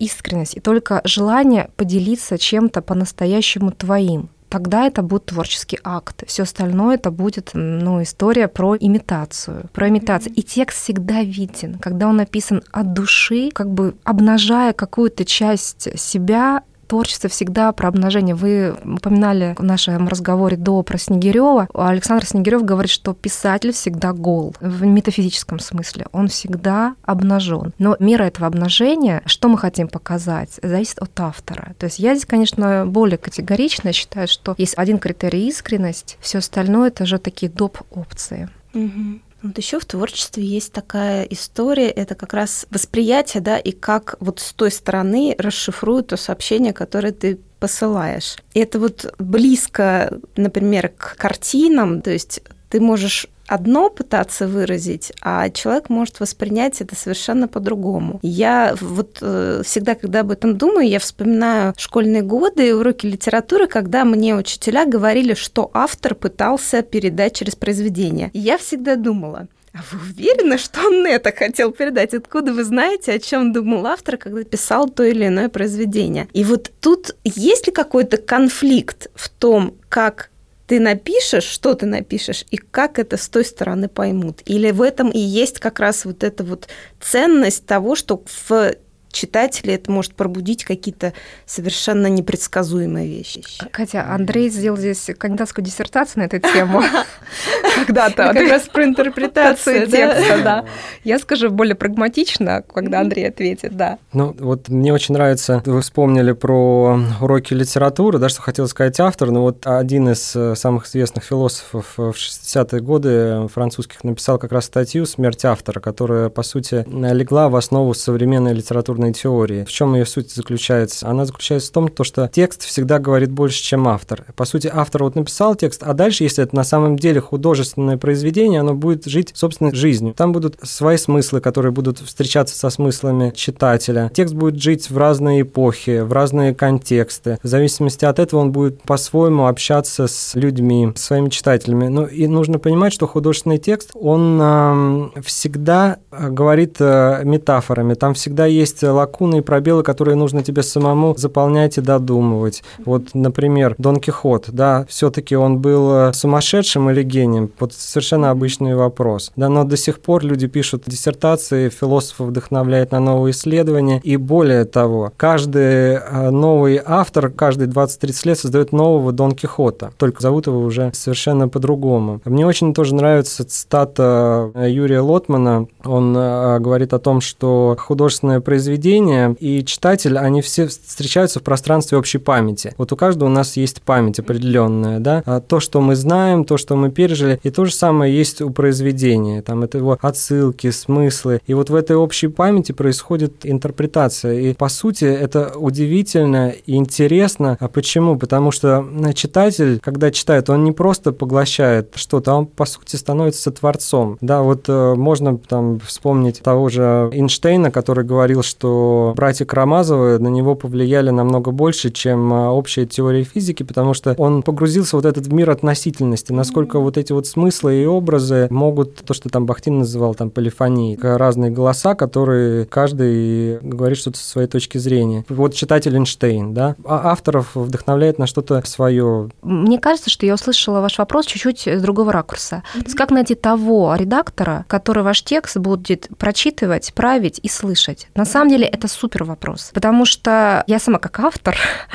и только желание поделиться чем-то по-настоящему твоим, тогда это будет творческий акт. Все остальное это будет, история про имитацию. И текст всегда виден, когда он написан от души, как бы обнажая какую-то часть себя. Творчество всегда про обнажение. Вы упоминали в нашем разговоре про Снегирёва. Александр Снегирёв говорит, что писатель всегда гол в метафизическом смысле. Он всегда обнажен. Но мера этого обнажения, что мы хотим показать, зависит от автора. То есть я здесь, конечно, более категорично считаю, что есть один критерий — искренность, все остальное это же такие доп. Опции. Угу. Вот еще в творчестве есть такая история, это как раз восприятие, да, и как вот с той стороны расшифруют то сообщение, которое ты посылаешь. И это вот близко, например, к картинам, то есть ты можешь одно пытаться выразить, а человек может воспринять это совершенно по-другому. Я вот всегда, когда об этом думаю, я вспоминаю школьные годы и уроки литературы, когда мне учителя говорили, что автор пытался передать через произведение. И я всегда думала: а вы уверены, что он это хотел передать? Откуда вы знаете, о чем думал автор, когда писал то или иное произведение? И вот тут есть ли какой-то конфликт в том, как ты напишешь, что ты напишешь, и как это с той стороны поймут? Или в этом и есть как раз вот эта вот ценность того, что в читателей это может пробудить какие-то совершенно непредсказуемые вещи. Катя, Андрей сделал здесь кандидатскую диссертацию на эту тему. Когда-то. Как раз про интерпретацию текста, да. Я скажу более прагматично, когда Андрей ответит, да. Ну, вот мне очень нравится, вы вспомнили про уроки литературы, да, что хотел сказать автор, но вот один из самых известных философов в 60-е годы французских написал как раз статью «Смерть автора», которая, по сути, легла в основу современной литературной теории. В чем ее суть заключается? Она заключается в том, что текст всегда говорит больше, чем автор. По сути, автор вот написал текст, а дальше, если это на самом деле художественное произведение, оно будет жить собственной жизнью. Там будут свои смыслы, которые будут встречаться со смыслами читателя. Текст будет жить в разные эпохи, в разные контексты. В зависимости от этого он будет по-своему общаться с людьми, с своими читателями. Ну и нужно понимать, что художественный текст, он всегда говорит метафорами. Там всегда есть какие-то лакуны и пробелы, которые нужно тебе самому заполнять и додумывать. Вот, например, Дон Кихот, да, все-таки он был сумасшедшим или гением? Вот совершенно обычный вопрос. Да, но до сих пор люди пишут диссертации, философы вдохновляют на новые исследования, и более того, каждый новый автор, каждые 20-30 лет создает нового Дон Кихота, только зовут его уже совершенно по-другому. Мне очень тоже нравится цитата Юрия Лотмана. Он говорит о том, что художественное произведение и читатель, они все встречаются в пространстве общей памяти. Вот у каждого у нас есть память определенная, да, то, что мы знаем, то, что мы пережили, и то же самое есть у произведения. Там это его отсылки, смыслы. И вот в этой общей памяти происходит интерпретация. И, по сути, это удивительно и интересно. А почему? Потому что читатель, когда читает, он не просто поглощает что-то, а он, по сути, становится творцом. Да, вот можно там вспомнить того же Эйнштейна, который говорил, что братья Карамазовы на него повлияли намного больше, чем общая теория физики, потому что он погрузился в вот этот мир относительности, насколько вот эти вот смыслы и образы могут, то, что там Бахтин называл там полифонией, разные голоса, которые каждый говорит что-то со своей точки зрения. Вот читатель Эйнштейн, да, а авторов вдохновляет на что-то свое. Мне кажется, что я услышала ваш вопрос чуть-чуть с другого ракурса. То есть как найти того редактора, который ваш текст будет прочитывать, править и слышать? На самом деле это супер вопрос, потому что я сама как автор,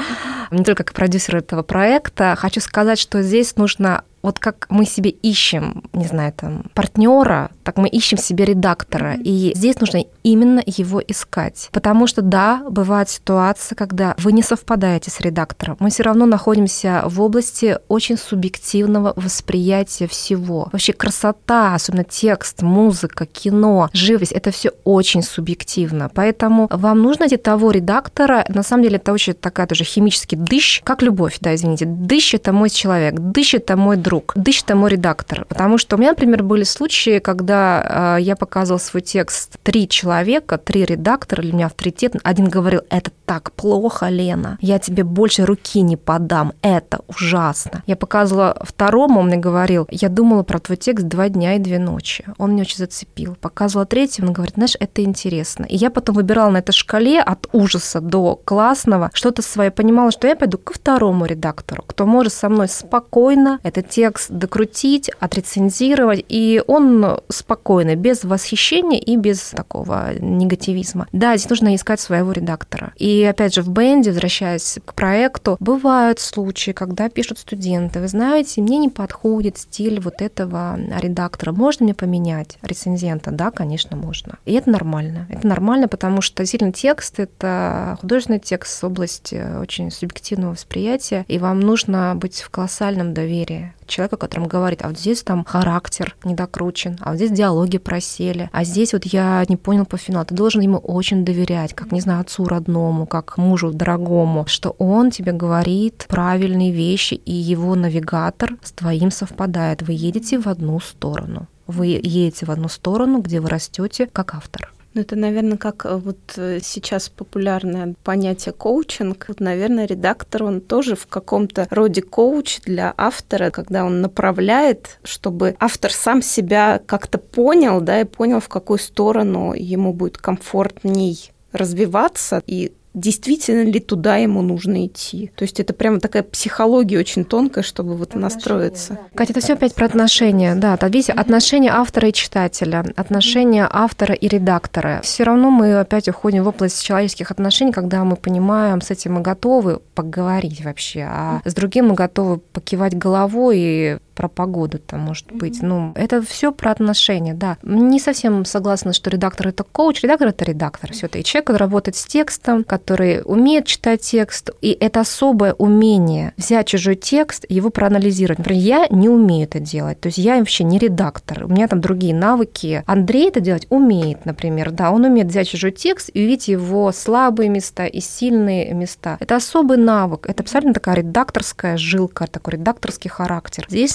не только как продюсер этого проекта, хочу сказать, что здесь нужно вот как мы себе ищем, не знаю, там, партнера, так мы ищем себе редактора. И здесь нужно именно его искать. Потому что, да, бывает ситуация, когда вы не совпадаете с редактором. Мы все равно находимся в области очень субъективного восприятия всего. Вообще красота, особенно текст, музыка, кино, живопись, это все очень субъективно. Поэтому вам нужно найти того редактора. На самом деле это очень такая тоже химический дыщ, как любовь, да, извините. Дыщ — это мой человек, дыщ — это мой друг. Дыщ — это мой редактор. Потому что у меня, например, были случаи, когда я показывала свой текст 3 человека, 3 редактора, для меня авторитет. Один говорил: это так плохо, Лена, я тебе больше руки не подам, это ужасно. Я показывала второму, он мне говорил: я думала про твой текст 2 дня и 2 ночи. Он меня очень зацепил. Показывала третьему, он говорит: знаешь, это интересно. И я потом выбирала на этой шкале от ужаса до классного что-то свое, понимала, что я пойду ко второму редактору, кто может со мной спокойно этот текст докрутить, отрецензировать, и он спокойно, без восхищения и без такого негативизма. Да, здесь нужно искать своего редактора. И опять же, в бенде, возвращаясь к проекту, бывают случаи, когда пишут студенты: вы знаете, мне не подходит стиль вот этого редактора, можно мне поменять рецензента? Да, конечно, можно. И это нормально. Это нормально, потому что действительно текст — это художественный текст с области очень субъективного восприятия, и вам нужно быть в колоссальном доверии человека, которому говорит: а вот здесь там характер недокручен, а вот здесь диалоги просели, а здесь вот я не понял по финалу. Ты должен ему очень доверять, как, не знаю, отцу родному, как мужу дорогому, что он тебе говорит правильные вещи, и его навигатор с твоим совпадает. Вы едете в одну сторону. Вы едете в одну сторону, где вы растете как автор. Ну, это, наверное, как вот сейчас популярное понятие коучинг. Вот, наверное, редактор, он тоже в каком-то роде коуч для автора, когда он направляет, чтобы автор сам себя как-то понял, да, и понял, в какую сторону ему будет комфортней развиваться, и действительно ли туда ему нужно идти. То есть это прямо такая психология очень тонкая, чтобы вот настроиться. Да. Катя, это все опять про отношения. Да, видите, отношения автора и читателя, отношения автора и редактора. Все равно мы опять уходим в область человеческих отношений, когда мы понимаем, с этим мы готовы поговорить вообще, а с другим мы готовы покивать головой и про погоду там, может быть. Ну, это все про отношения, да. Не совсем согласна, что редактор — это коуч. Редактор — это редактор. Все-таки человек, который работает с текстом, который умеет читать текст, и это особое умение взять чужой текст, его проанализировать. Например, я не умею это делать, то есть я вообще не редактор, у меня там другие навыки. Андрей это делать умеет, например, да, он умеет взять чужой текст и увидеть его слабые места и сильные места. Это особый навык, это абсолютно такая редакторская жилка, такой редакторский характер. Здесь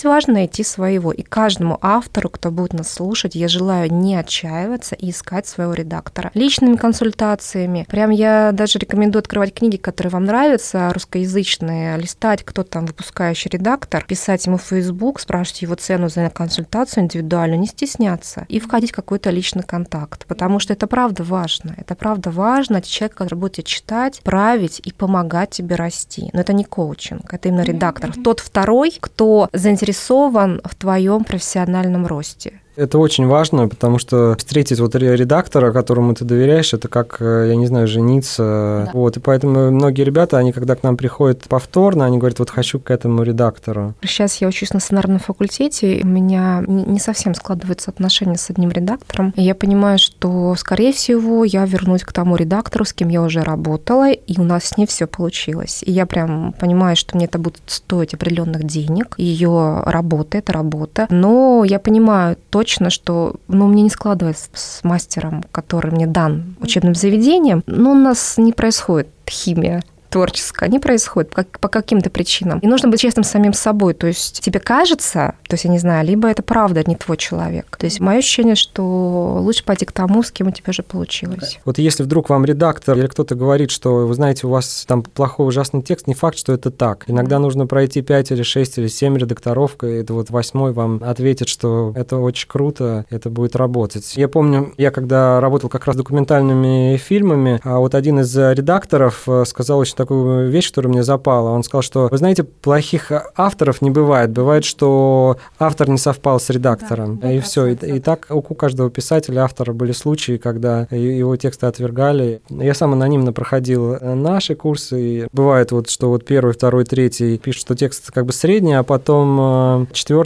важно найти своего. И каждому автору, кто будет нас слушать, я желаю не отчаиваться и искать своего редактора. Личными консультациями. Прям я даже рекомендую открывать книги, которые вам нравятся, русскоязычные, листать, кто там выпускающий редактор, писать ему в Facebook, спрашивать его цену за консультацию индивидуальную, не стесняться и входить в какой-то личный контакт. Потому что это правда важно. Это правда важно. Это человек, который будет тебя читать, править и помогать тебе расти. Но это не коучинг, это именно редактор. Тот второй, кто заинтересован в твоем профессиональном росте. Это очень важно, потому что встретить вот редактора, которому ты доверяешь, это как, я не знаю, жениться. Да. Вот, и поэтому многие ребята, они когда к нам приходят повторно, они говорят, вот хочу к этому редактору. Сейчас я учусь на сценарном факультете, и у меня не совсем складываются отношения с одним редактором. И я понимаю, что, скорее всего, я вернусь к тому редактору, с кем я уже работала, и у нас с ней все получилось. И я прям понимаю, что мне это будет стоить определенных денег. Ее работа — это работа. Но я понимаю точно, что мне не складывается с мастером, который мне дан учебным заведением, но у нас не происходит химия творческая, не происходит по каким-то причинам. И нужно быть честным с самим собой. То есть тебе кажется, то есть я не знаю, либо это правда не твой человек. То есть мое ощущение, что лучше пойти к тому, с кем у тебя уже получилось. Вот если вдруг вам редактор или кто-то говорит, что, вы знаете, у вас там плохой, ужасный текст, не факт, что это так. Иногда нужно пройти 5 или 6 или 7 редакторов, и это вот 8-й вам ответит, что это очень круто, это будет работать. Я помню, я когда работал как раз с документальными фильмами, а вот один из редакторов сказал очень такую вещь, которая мне запала. Он сказал, что, вы знаете, плохих авторов не бывает. Бывает, что автор не совпал с редактором. Да, и все. И так у каждого писателя, автора были случаи, когда его тексты отвергали. Я сам анонимно проходил наши курсы. И бывает вот, что вот 1-й, 2-й, 3-й пишут, что текст как бы средний, а потом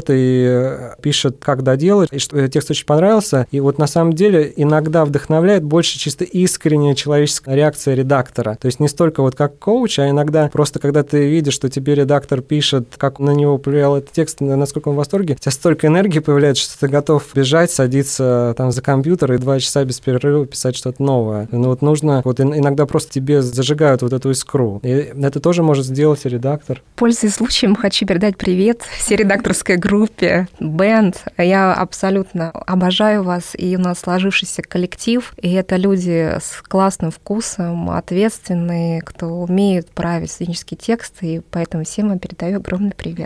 4-й пишет, как доделать, и что текст очень понравился. И вот на самом деле иногда вдохновляет больше чисто искренняя человеческая реакция редактора. То есть не столько вот как коуч, а иногда просто когда ты видишь, что тебе редактор пишет, как на него повлиял этот текст, насколько он в восторге, у тебя столько энергии появляется, что ты готов бежать, садиться там за компьютер и 2 часа без перерыва писать что-то новое. Но вот нужно, вот иногда просто тебе зажигают вот эту искру. И это тоже может сделать и редактор. Пользуясь случаем, хочу передать привет всей редакторской группе Band. Я абсолютно обожаю вас, и у нас сложившийся коллектив, и это люди с классным вкусом, ответственные, кто умеют править сценические тексты, и поэтому всем я передаю огромный привет.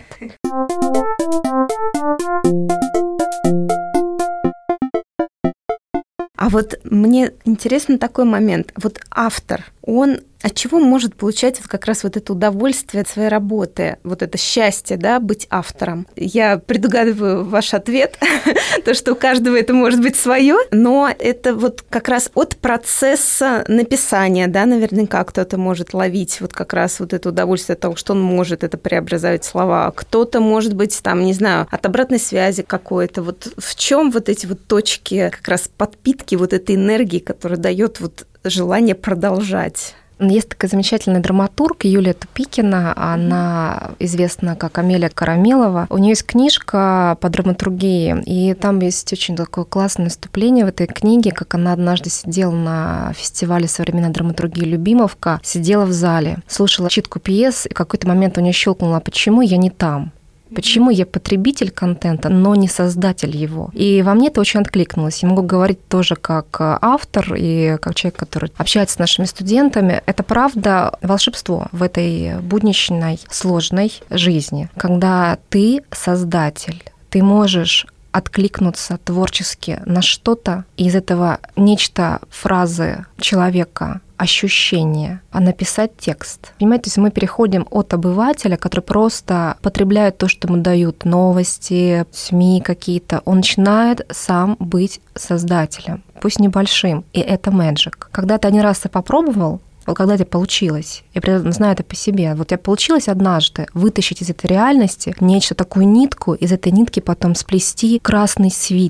А вот мне интересен такой момент. Вот автор, он от чего может получать вот как раз вот это удовольствие от своей работы, вот это счастье, да, быть автором? Я предугадываю ваш ответ, то, что у каждого это может быть свое, но это вот как раз от процесса написания, да, наверняка кто-то может ловить вот как раз вот это удовольствие от того, что он может это преобразовать в слова. Кто-то, может быть, там, не знаю, от обратной связи какой-то. Вот в чем вот эти вот точки как раз подпитки вот этой энергии, которая дает вот желание продолжать? Есть такая замечательная драматург Юлия Тупикина, она известна как Амелия Карамелова. У нее есть книжка по драматургии, и там есть очень такое классное вступление в этой книге, как она однажды сидела на фестивале современной драматургии «Любимовка», сидела в зале, слушала читку пьес, и в какой-то момент у нее щелкнуло: почему я не там? Почему я потребитель контента, но не создатель его? И во мне это очень откликнулось. Я могу говорить тоже как автор и как человек, который общается с нашими студентами. Это правда волшебство в этой будничной, сложной жизни, когда ты создатель, ты можешь откликнуться творчески на что-то, и из этого нечто, фразы человека, ощущение, а написать текст. Понимаете, то есть мы переходим от обывателя, который просто потребляет то, что ему дают, новости, СМИ какие-то, он начинает сам быть создателем, пусть небольшим, и это мэджик. Когда ты один раз это попробовал, вот когда тебе получилось, я знаю это по себе, вот тебе получилось однажды вытащить из этой реальности нечто, такую нитку, из этой нитки потом сплести красный свитер.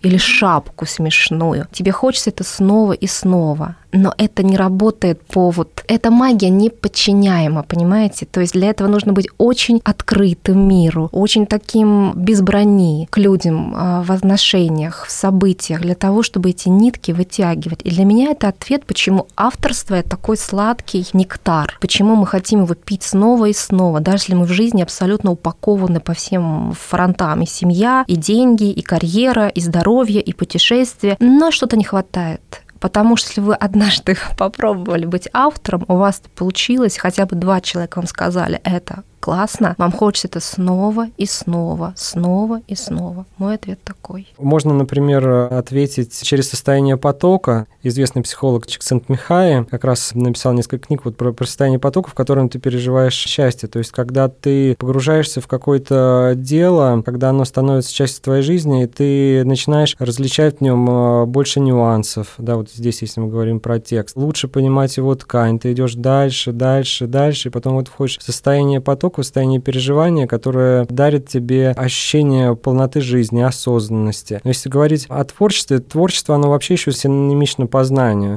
или шапку смешную. Тебе хочется это снова и снова. Но это не работает по Эта магия неподчиняема, понимаете? То есть для этого нужно быть очень открытым миру, очень таким без брони к людям в отношениях, в событиях, для того, чтобы эти нитки вытягивать. И для меня это ответ, почему авторство — это такой сладкий нектар, почему мы хотим его пить снова и снова, даже если мы в жизни абсолютно упакованы по всем фронтам. И семья, и деньги, и карьера, и здоровье, и путешествия. Но что-то не хватает. Потому что если вы однажды попробовали быть автором, у вас получилось, хотя бы 2 человека вам сказали, это классно, вам хочется это снова и снова, снова и снова. Мой ответ такой. Можно, например, ответить через состояние потока. Известный психолог Чиксент-Михай как раз написал несколько книг про состояние потока, в котором ты переживаешь счастье. То есть, когда ты погружаешься в какое-то дело, когда оно становится частью твоей жизни, и ты начинаешь различать в нем больше нюансов. Да, вот здесь, если мы говорим про текст, лучше понимать его ткань. Ты идешь дальше, дальше, дальше, и потом входишь в состояние потока, состояние переживания, которое дарит тебе ощущение полноты жизни, осознанности. Но если говорить о творчестве, творчество, оно вообще еще синонимично познанию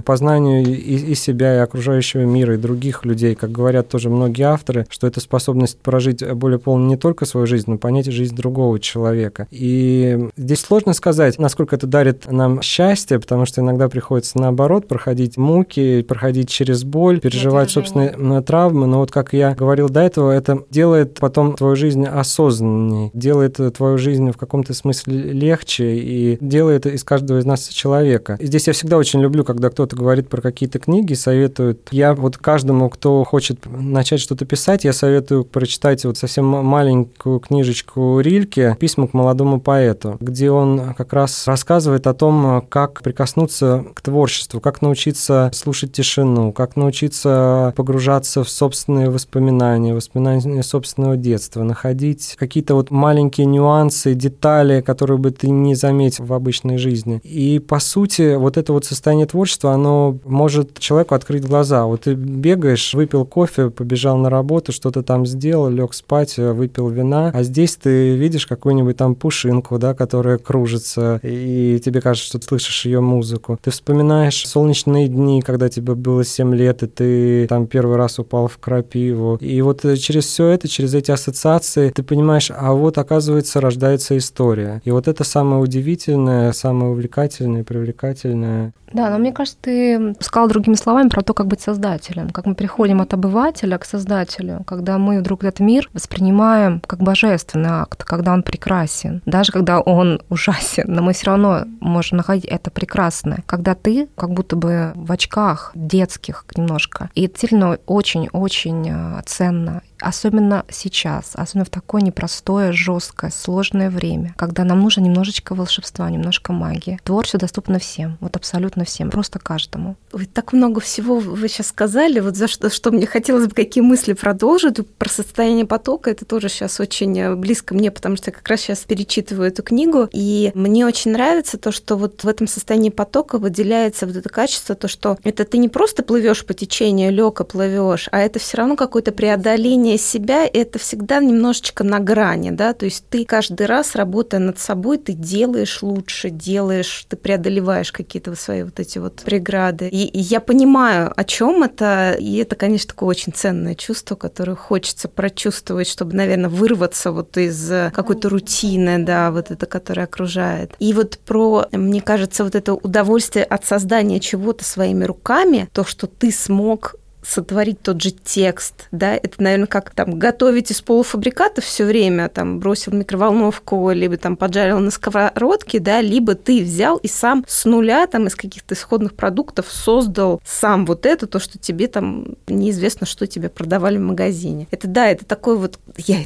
и себя, и окружающего мира, и других людей. Как говорят тоже многие авторы, что это способность прожить более полно не только свою жизнь, но понять жизнь другого человека. И здесь сложно сказать, насколько это дарит нам счастье, потому что иногда приходится наоборот проходить муки, проходить через боль, переживать собственные травмы. Но вот как я говорил до этого, это делает потом твою жизнь осознанней, делает твою жизнь в каком-то смысле легче и делает из каждого из нас человека. И здесь я всегда очень люблю, когда кто-то говорит про какие-то книги, советует. Я вот каждому, кто хочет начать что-то писать, я советую прочитать вот совсем маленькую книжечку Рильке «Письма к молодому поэту», где он как раз рассказывает о том, как прикоснуться к творчеству, как научиться слушать тишину, как научиться погружаться в собственные воспоминания собственного детства, находить какие-то вот маленькие нюансы, детали, которые бы ты не заметил в обычной жизни. И, по сути, вот это вот состояние творчества, оно может человеку открыть глаза. Вот ты бегаешь, выпил кофе, побежал на работу, что-то там сделал, лег спать, выпил вина, а здесь ты видишь какую-нибудь там пушинку, да, которая кружится, и тебе кажется, что ты слышишь ее музыку. Ты вспоминаешь солнечные дни, когда тебе было 7 лет, и ты там первый раз упал в крапиву. И вот через все это, через эти ассоциации ты понимаешь, а вот, оказывается, рождается история. И вот это самое удивительное, самое увлекательное, привлекательное. Да, но мне кажется, ты сказал другими словами про то, как быть создателем, как мы приходим от обывателя к создателю, когда мы вдруг этот мир воспринимаем как божественный акт, когда он прекрасен, даже когда он ужасен, но мы все равно можем находить это прекрасное, когда ты как будто бы в очках детских немножко, и это действительно очень-очень ценно. Особенно сейчас, особенно в такое непростое, жесткое, сложное время, когда нам нужно немножечко волшебства, немножко магии. Творчество доступно всем, вот абсолютно всем, просто каждому. Ой, так много всего вы сейчас сказали, вот за что мне хотелось бы, какие мысли продолжить. Про состояние потока это тоже сейчас очень близко мне, потому что я как раз сейчас перечитываю эту книгу, и мне очень нравится то, что вот в этом состоянии потока выделяется вот это качество, то, что это ты не просто плывешь по течению, лёгко плывешь, а это все равно какое-то преодоление себя, это всегда немножечко на грани, да, то есть ты каждый раз, работая над собой, ты делаешь лучше, ты преодолеваешь какие-то свои вот эти вот преграды. И я понимаю, о чем это, и это, конечно, такое очень ценное чувство, которое хочется прочувствовать, чтобы, наверное, вырваться вот из какой-то рутины, да, вот это, которое окружает. И вот мне кажется, вот это удовольствие от создания чего-то своими руками, то, что ты смог сотворить тот же текст, да, это, наверное, как там готовить из полуфабрикатов все время, там бросил в микроволновку, либо там поджарил на сковородке, да, либо ты взял и сам с нуля, там, из каких-то исходных продуктов создал сам вот это, то, что тебе там неизвестно, что тебе продавали в магазине. Это, да, это такой вот,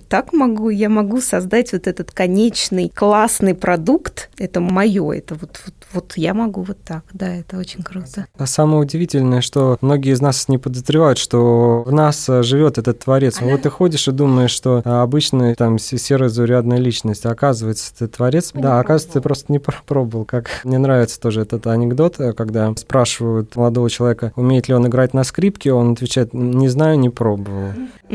я могу создать вот этот конечный классный продукт, это моё, это вот я могу вот так, да, это очень круто. А самое удивительное, что многие из нас не подозревают, подозревают, что в нас живет этот творец. Вот ты ходишь и думаешь, что обычная там серая заурядная личность, а оказывается, ты творец. Да, оказывается, ты просто не пробовал. Как мне нравится тоже этот анекдот, когда спрашивают молодого человека, умеет ли он играть на скрипке, он отвечает: не знаю, не пробовал.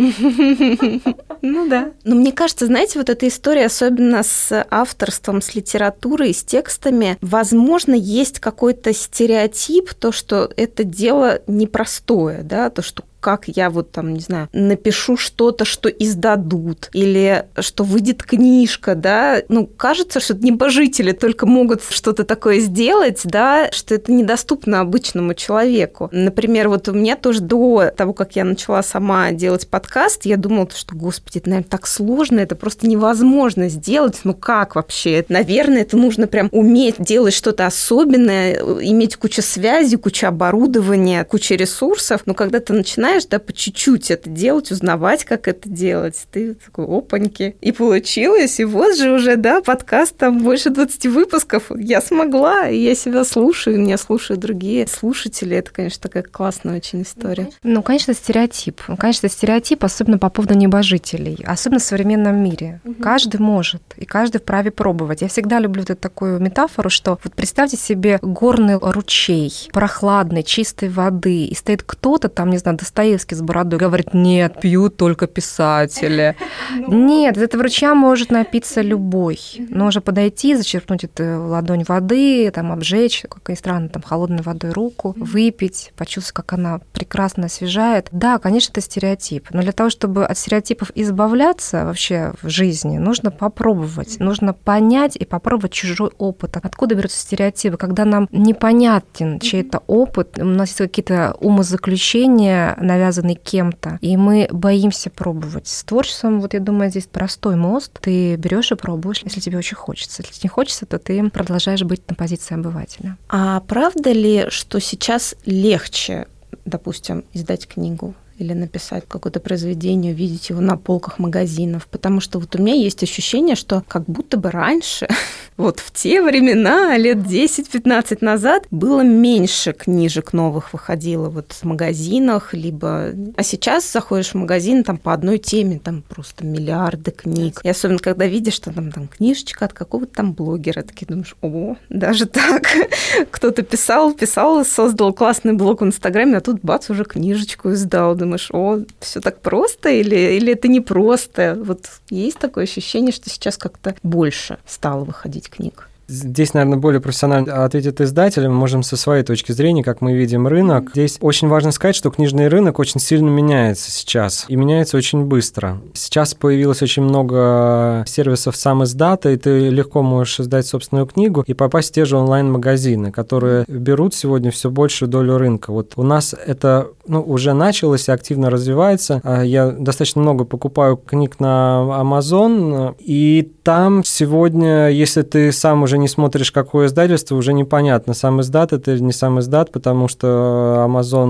Ну да. Но мне кажется, знаете, вот эта история, особенно с авторством, с литературой, с текстами, возможно, есть какой-то стереотип, то, что это дело непростое, да, то, что как я вот там, не знаю, напишу что-то, что издадут, или что выйдет книжка, да, ну, кажется, что небожители только могут что-то такое сделать, да, что это недоступно обычному человеку. Например, вот у меня тоже до того, как я начала сама делать подкаст, я думала, что, господи, это, наверное, так сложно, это просто невозможно сделать, ну как вообще? Наверное, это нужно прям уметь делать что-то особенное, иметь кучу связей, кучу оборудования, кучу ресурсов, но когда ты начинаешь, да, по чуть-чуть это делать, узнавать, как это делать. Ты такой, опаньки. И получилось, и вот же уже, да, подкаст, там больше 20 выпусков. Я смогла, и я себя слушаю, меня слушают другие слушатели. Это, конечно, такая классная очень история. Ну, конечно, стереотип. Конечно, стереотип, особенно по поводу небожителей, особенно в современном мире. Каждый может, и каждый вправе пробовать. Я всегда люблю вот такую метафору, что вот представьте себе горный ручей, прохладной, чистой воды, и стоит кто-то там, не знаю, Достоевский с бородой, говорит: нет, пьют только писатели. Нет, из этого ручья может напиться любой. Нужно подойти, зачерпнуть эту ладонь воды, там, обжечь, как ни странно, там, холодной водой руку, выпить, почувствовать, как она прекрасно освежает. Да, конечно, это стереотип, но для того, чтобы от стереотипов избавляться вообще в жизни, нужно попробовать, нужно понять и попробовать чужой опыт. Откуда берутся стереотипы? Когда нам непонятен чей-то опыт, у нас есть какие-то умозаключения, навязанный кем-то, и мы боимся пробовать. С творчеством, вот я думаю, здесь простой мост. Ты берешь и пробуешь, если тебе очень хочется. Если не хочется, то ты продолжаешь быть на позиции обывателя. А правда ли, что сейчас легче, допустим, издать книгу или написать какое-то произведение, увидеть его на полках магазинов? Потому что вот у меня есть ощущение, что как будто бы раньше, вот в те времена, лет 10-15 назад, было меньше книжек новых выходило вот в магазинах, либо... А сейчас заходишь в магазин, там по одной теме, там просто миллиарды книг. И особенно, когда видишь, что там книжечка от какого-то там блогера, такие думаешь: о, даже так. Кто-то писал, создал классный блог в Инстаграме, а тут бац, уже книжечку издал. Думаешь: о, все так просто или это не просто? Вот есть такое ощущение, что сейчас как-то больше стало выходить книг. Здесь, наверное, более профессионально ответит издатель. Мы можем со своей точки зрения, как мы видим рынок. Здесь очень важно сказать, что книжный рынок очень сильно меняется сейчас. И меняется очень быстро. Сейчас появилось очень много сервисов самиздата, и ты легко можешь издать собственную книгу и попасть в те же онлайн-магазины, которые берут сегодня все большую долю рынка. Вот у нас это уже началось и активно развивается. Я достаточно много покупаю книг на Amazon, и там сегодня, если ты сам уже не смотришь, какое издательство, уже непонятно, сам издат это или не сам издат, потому что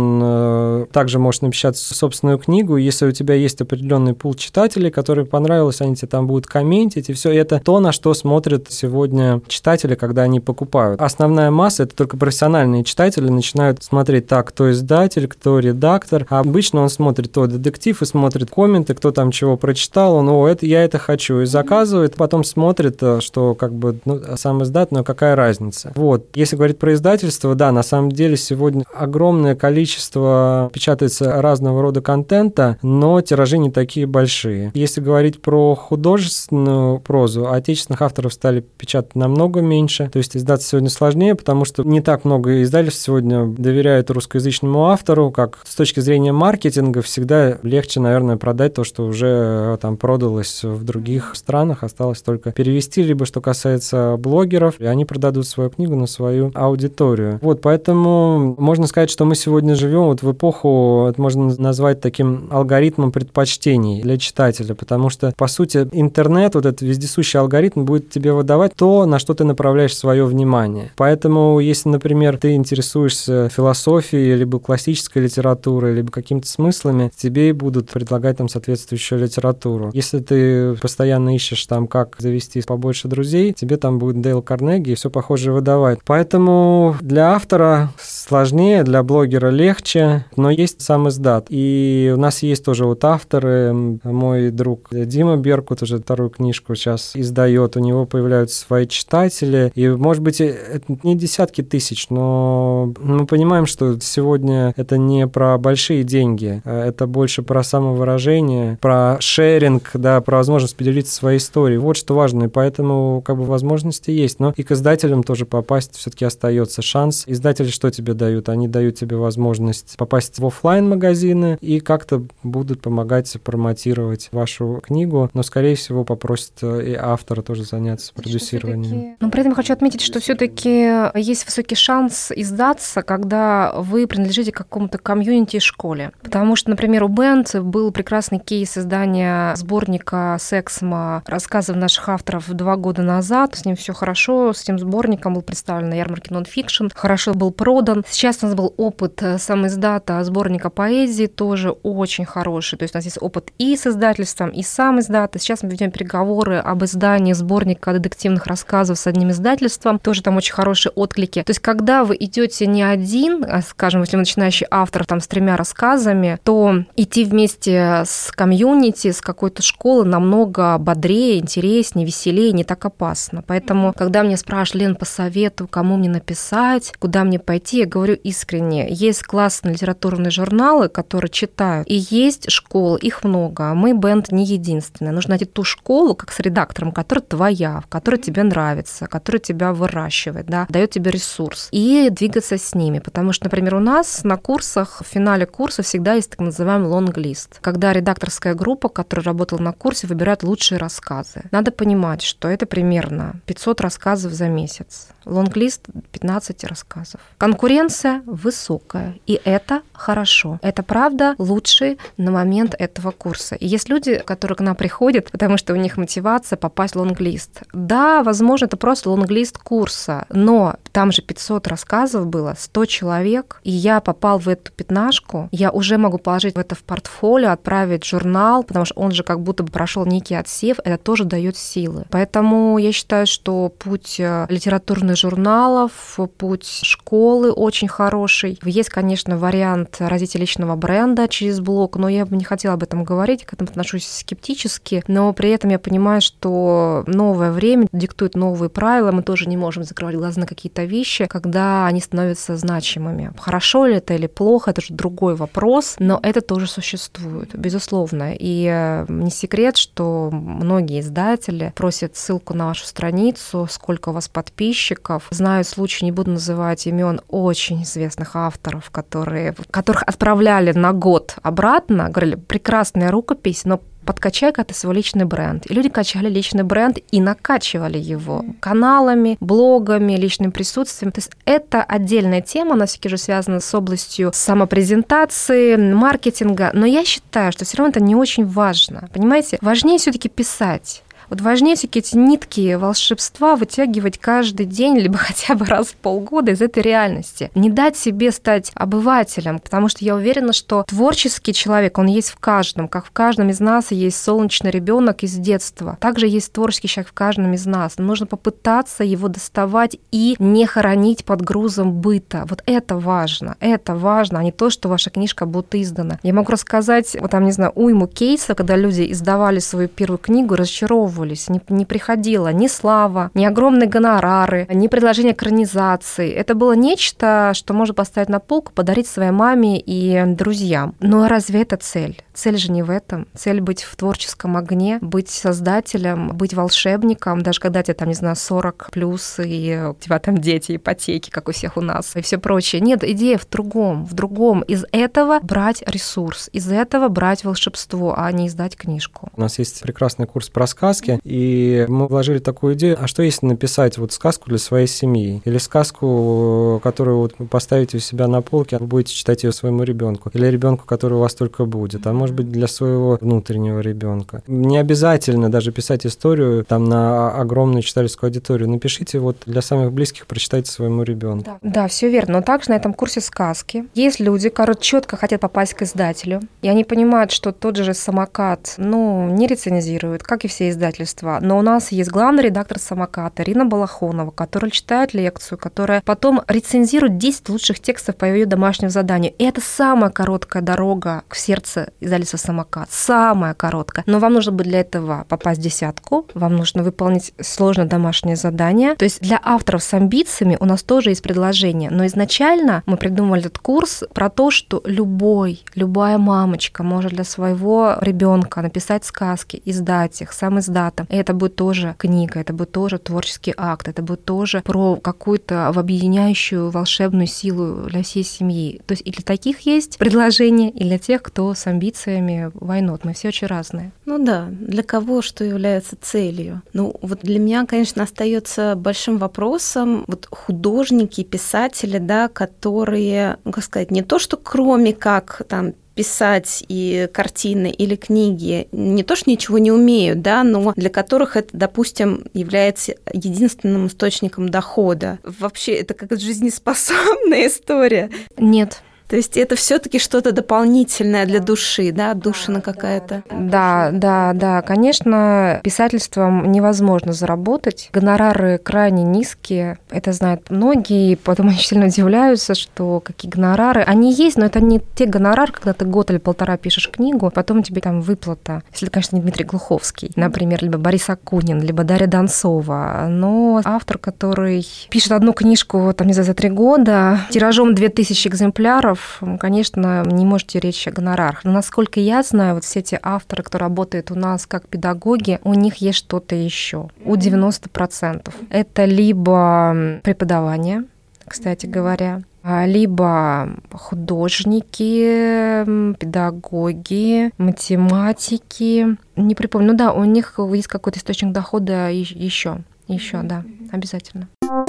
Amazon также может напечатать собственную книгу. Если у тебя есть определенный пул читателей, которые понравилось, они тебе там будут комментить, и все это то, на что смотрят сегодня читатели, когда они покупают. Основная масса — это только профессиональные читатели начинают смотреть: так, кто издатель, кто редактор. А обычно он смотрит то детектив и смотрит комменты, кто там чего прочитал, он: я это хочу, и заказывает, потом смотрит, что сам издат, но какая разница. Вот. Если говорить про издательство, да, на самом деле сегодня огромное количество печатается разного рода контента, но тиражи не такие большие. Если говорить про художественную прозу, отечественных авторов стали печатать намного меньше, то есть издаться сегодня сложнее, потому что не так много издательств сегодня доверяют русскоязычному автору, как с точки зрения маркетинга всегда легче, наверное, продать то, что уже там продалось в других странах, осталось только перевести, либо что касается блогеров, и они продадут свою книгу на свою аудиторию. Вот, поэтому можно сказать, что мы сегодня живем вот в эпоху, это можно назвать таким алгоритмом предпочтений для читателя, потому что, по сути, интернет, вот этот вездесущий алгоритм будет тебе выдавать то, на что ты направляешь свое внимание. Поэтому, если, например, ты интересуешься философией, либо классической литературой, либо какими-то смыслами, тебе и будут предлагать там соответствующую литературу. Если ты постоянно ищешь там, как завести побольше друзей, тебе там будет Дейл Карнеги, все похожее выдавать. Поэтому для автора сложнее, для блогера легче, но есть сам издат. И у нас есть тоже вот авторы. Мой друг Дима Беркут уже вторую книжку сейчас издает, у него появляются свои читатели. И, может быть, это не десятки тысяч, но мы понимаем, что сегодня это не про большие деньги, это больше про самовыражение, про шеринг, да, про возможность поделиться своей историей. Вот что важно, и поэтому как бы возможности есть. Но и к издателям тоже попасть все-таки остается шанс. Издатели что тебе дают? Они дают тебе возможность попасть в офлайн-магазины и как-то будут помогать промотировать вашу книгу, но, скорее всего, попросят и автора тоже заняться продюсированием. Но при этом хочу отметить, что все-таки есть высокий шанс издаться, когда вы принадлежите к какому-то комьюнити школе. Потому что, например, у Бенд был прекрасный кейс издания сборника «Сексма» рассказов наших авторов 2 года назад. С ним все хорошо, с этим сборником был представлен на ярмарке нон-фикшн, хорошо был продан. Сейчас у нас был опыт самоиздата сборника поэзии, тоже очень хороший. То есть у нас есть опыт и с издательством, и сам издат. Сейчас мы ведем переговоры об издании сборника детективных рассказов с одним издательством. Тоже там очень хорошие отклики. То есть когда вы идете не один, а, скажем, если вы начинающий автор там, с 3 рассказами, то идти вместе с комьюнити, с какой-то школы намного бодрее, интереснее, веселее, не так опасно. Поэтому, когда мне спрашивают: Лен, посоветуй, кому мне написать, куда мне пойти, я говорю искренне. Есть классные литературные журналы, которые читают, и есть школы, их много. Мы, Бенд, не единственная. Нужно найти ту школу, как с редактором, которая твоя, которая тебе нравится, которая тебя выращивает, да, дает тебе ресурс, и двигаться с ними. Потому что, например, у нас на курсах, в финале курса всегда есть так называемый лонглист, когда редакторская группа, которая работала на курсе, выбирает лучшие рассказы. Надо понимать, что это примерно 500 рассказов за месяц. Лонглист — 15 рассказов. Конкуренция высокая, и это хорошо. Это, правда, лучший на момент этого курса. И есть люди, которые к нам приходят, потому что у них мотивация попасть в лонглист. Да, возможно, это просто лонглист курса, но там же 500 рассказов было, 100 человек, и я попал в эту 15, я уже могу положить это в портфолио, отправить в журнал, потому что он же как будто бы прошел некий отсев, это тоже дает силы. Поэтому я считаю, что путь литературных журналов, путь школы очень хороший. Есть, конечно, вариант развития личного бренда через блог, но я бы не хотела об этом говорить, к этому отношусь скептически, но при этом я понимаю, что новое время диктует новые правила, мы тоже не можем закрывать глаза на какие-то вещи, когда они становятся значимыми. Хорошо ли это или плохо, это же другой вопрос, но это тоже существует, безусловно. И не секрет, что многие издатели просят ссылку на вашу страницу, сколько у вас подписчиков. Знаю случаи, не буду называть имен, очень известных авторов, которых отправляли на год обратно, говорили: прекрасная рукопись, но подкачай-ка ты свой личный бренд. И люди качали личный бренд и накачивали его каналами, блогами, личным присутствием. То есть это отдельная тема, она все-таки же связана с областью самопрезентации, маркетинга. Но я считаю, что все равно это не очень важно. Понимаете, важнее все-таки писать. Вот важнее все-таки эти нитки волшебства вытягивать каждый день, либо хотя бы раз в полгода из этой реальности. Не дать себе стать обывателем, потому что я уверена, что творческий человек, он есть в каждом, как в каждом из нас есть солнечный ребенок из детства. Также есть творческий человек в каждом из нас. Но нужно попытаться его доставать и не хоронить под грузом быта. Вот это важно, а не то, что ваша книжка будет издана. Я могу рассказать, вот там, не знаю, уйму кейсов, когда люди издавали свою первую книгу, разочаровывались. Не приходило ни слава, ни огромные гонорары, ни предложение экранизации. Это было нечто, что можно поставить на полку, подарить своей маме и друзьям. Но разве это цель? Цель же не в этом. Цель быть в творческом огне, быть создателем, быть волшебником, даже когда тебе там, не знаю, 40 плюс, и у тебя там дети, ипотеки, как у всех у нас, и все прочее. Нет, идея в другом. Из этого брать ресурс, из этого брать волшебство, а не издать книжку. У нас есть прекрасный курс про сказки, и мы вложили такую идею: а что если написать вот сказку для своей семьи? Или сказку, которую вот поставите у себя на полке, вы будете читать ее своему ребенку, или ребенку, который у вас только будет, а может быть для своего внутреннего ребенка. Не обязательно даже писать историю там на огромную читательскую аудиторию. Напишите вот для самых близких, прочитайте своему ребенку. Да, все верно. Но также на этом курсе сказки есть люди, которые четко хотят попасть к издателю, и они понимают, что тот же самокат, не рецензируют, как и все издатели. издательства, но у нас есть главный редактор «Самоката» Ирина Балахонова, которая читает лекцию, которая потом рецензирует 10 лучших текстов по ее домашнему заданию. И это самая короткая дорога в сердце издательства «Самокат». Самая короткая. Но вам нужно будет для этого попасть в десятку, вам нужно выполнить сложное домашнее задание. То есть для авторов с амбициями у нас тоже есть предложение. Но изначально мы придумали этот курс про то, что любая мамочка может для своего ребенка написать сказки, издать их сам издатом. И это будет тоже книга, это будет тоже творческий акт, это будет тоже про какую-то объединяющую волшебную силу для всей семьи. То есть и для таких есть предложения, и для тех, кто с амбициями войнут. Мы все очень разные. Ну да, для кого что является целью? Ну вот для меня, конечно, остается большим вопросом вот художники, писатели, да, которые, ну, как сказать, не то, что кроме как там писать и картины или книги, не то что ничего не умеют, да, но для которых это, допустим, является единственным источником дохода. Вообще это как жизнеспособная история? Нет. То есть это все-таки что-то дополнительное для души, да, отдушина какая-то. Да, конечно, писательством невозможно заработать. Гонорары крайне низкие, это знают многие, потом они сильно удивляются, что какие гонорары. Они есть, но это не те гонорары, когда ты год или полтора пишешь книгу, потом тебе там выплата. Если, конечно, не Дмитрий Глуховский, например, либо Борис Акунин, либо Дарья Донцова. Но автор, который пишет одну книжку, там, не знаю, за 3 года, тиражом 2000 экземпляров, конечно, не можете речь о гонорарах. Но насколько я знаю, вот все эти авторы, кто работает у нас как педагоги, у них есть что-то еще. У 90%. Это либо преподавание, кстати говоря, либо художники, педагоги, математики. Не припомню. Ну да, у них есть какой-то источник дохода еще, да, обязательно.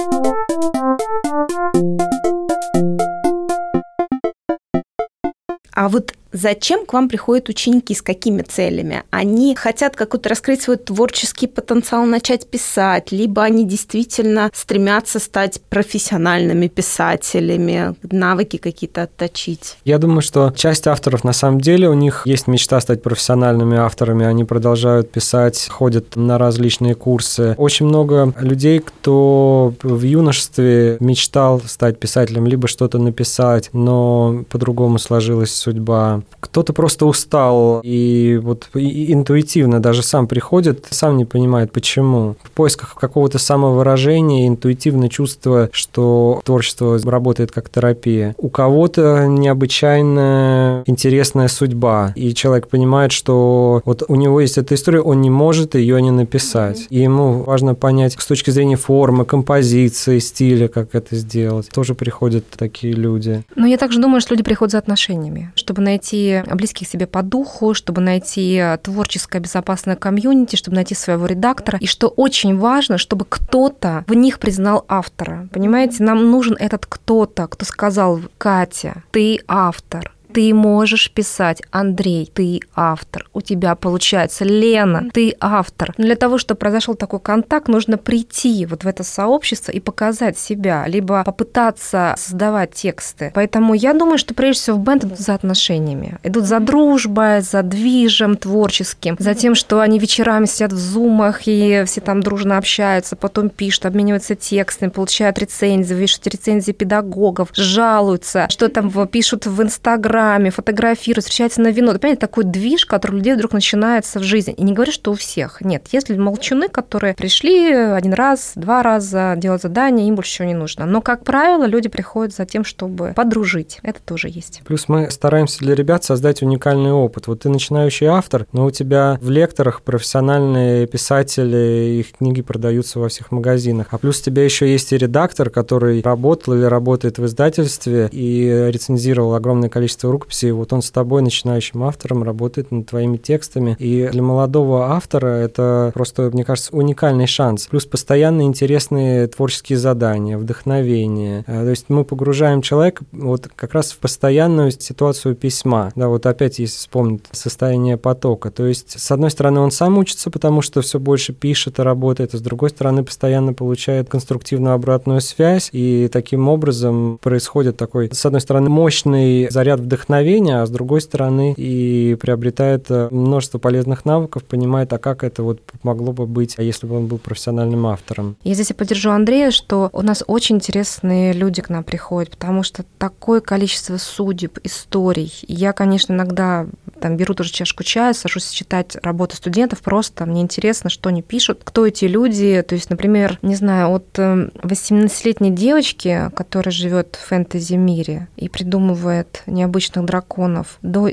А вот зачем к вам приходят ученики, с какими целями? Они хотят как-то раскрыть свой творческий потенциал, начать писать, либо они действительно стремятся стать профессиональными писателями, навыки какие-то отточить? Я думаю, что часть авторов, на самом деле, у них есть мечта стать профессиональными авторами, они продолжают писать, ходят на различные курсы. Очень много людей, кто в юношестве мечтал стать писателем, либо что-то написать, но по-другому сложилась судьба. Кто-то просто устал и вот интуитивно даже сам приходит, сам не понимает, почему. В поисках какого-то самовыражения, интуитивно чувствуя, что творчество работает как терапия. У кого-то необычайно интересная судьба, и человек понимает, что вот у него есть эта история, он не может ее не написать. И ему важно понять с точки зрения формы, композиции, стиля, как это сделать. Тоже приходят такие люди. Но я также думаю, что люди приходят за отношениями, чтобы найти близких себе по духу, чтобы найти творческое безопасное комьюнити, чтобы найти своего редактора. И что очень важно, чтобы кто-то в них признал автора. Понимаете, нам нужен этот кто-то, кто сказал: Катя, ты автор. Ты можешь писать, Андрей, ты автор, у тебя получается, Лена, ты автор. Но для того, чтобы произошел такой контакт, нужно прийти вот в это сообщество и показать себя, либо попытаться создавать тексты. Поэтому я думаю, что прежде всего в бэнд идут за отношениями, идут за дружбой, за движем творческим, за тем, что они вечерами сидят в зумах и все там дружно общаются, потом пишут, обмениваются текстами, получают рецензии, пишут рецензии педагогов, жалуются, что там пишут в Инстаграме, фотографируют, встречаются на вино. Понимаете, такой движ, который у людей вдруг начинается в жизни. И не говорю, что у всех. Нет, есть молчуны, которые пришли 1 раз, 2 раза делать задание, им больше ничего не нужно. Но, как правило, люди приходят за тем, чтобы подружить. Это тоже есть. Плюс мы стараемся для ребят создать уникальный опыт. Вот ты начинающий автор, но у тебя в лекторах профессиональные писатели, их книги продаются во всех магазинах. А плюс у тебя еще есть и редактор, который работал или работает в издательстве и рецензировал огромное количество рукописей, вот он с тобой, начинающим автором, работает над твоими текстами. И для молодого автора это просто, мне кажется, уникальный шанс. Плюс постоянно интересные творческие задания, вдохновение. То есть мы погружаем человека вот как раз в постоянную ситуацию письма. Да, вот опять, если вспомнить состояние потока. То есть, с одной стороны, он сам учится, потому что все больше пишет и работает, а с другой стороны, постоянно получает конструктивную обратную связь, и таким образом происходит такой, с одной стороны, мощный заряд вдохновения, вдохновение, а с другой стороны и приобретает множество полезных навыков, понимает, а как это вот могло бы быть, если бы он был профессиональным автором. Я здесь и поддержу Андрея, что у нас очень интересные люди к нам приходят, потому что такое количество судеб, историй. Я, конечно, иногда беру тоже чашку чая, сажусь читать работы студентов, просто мне интересно, что они пишут, кто эти люди. То есть, например, не знаю, от 18-летней девочки, которая живет в фэнтези-мире и придумывает необычных драконов, до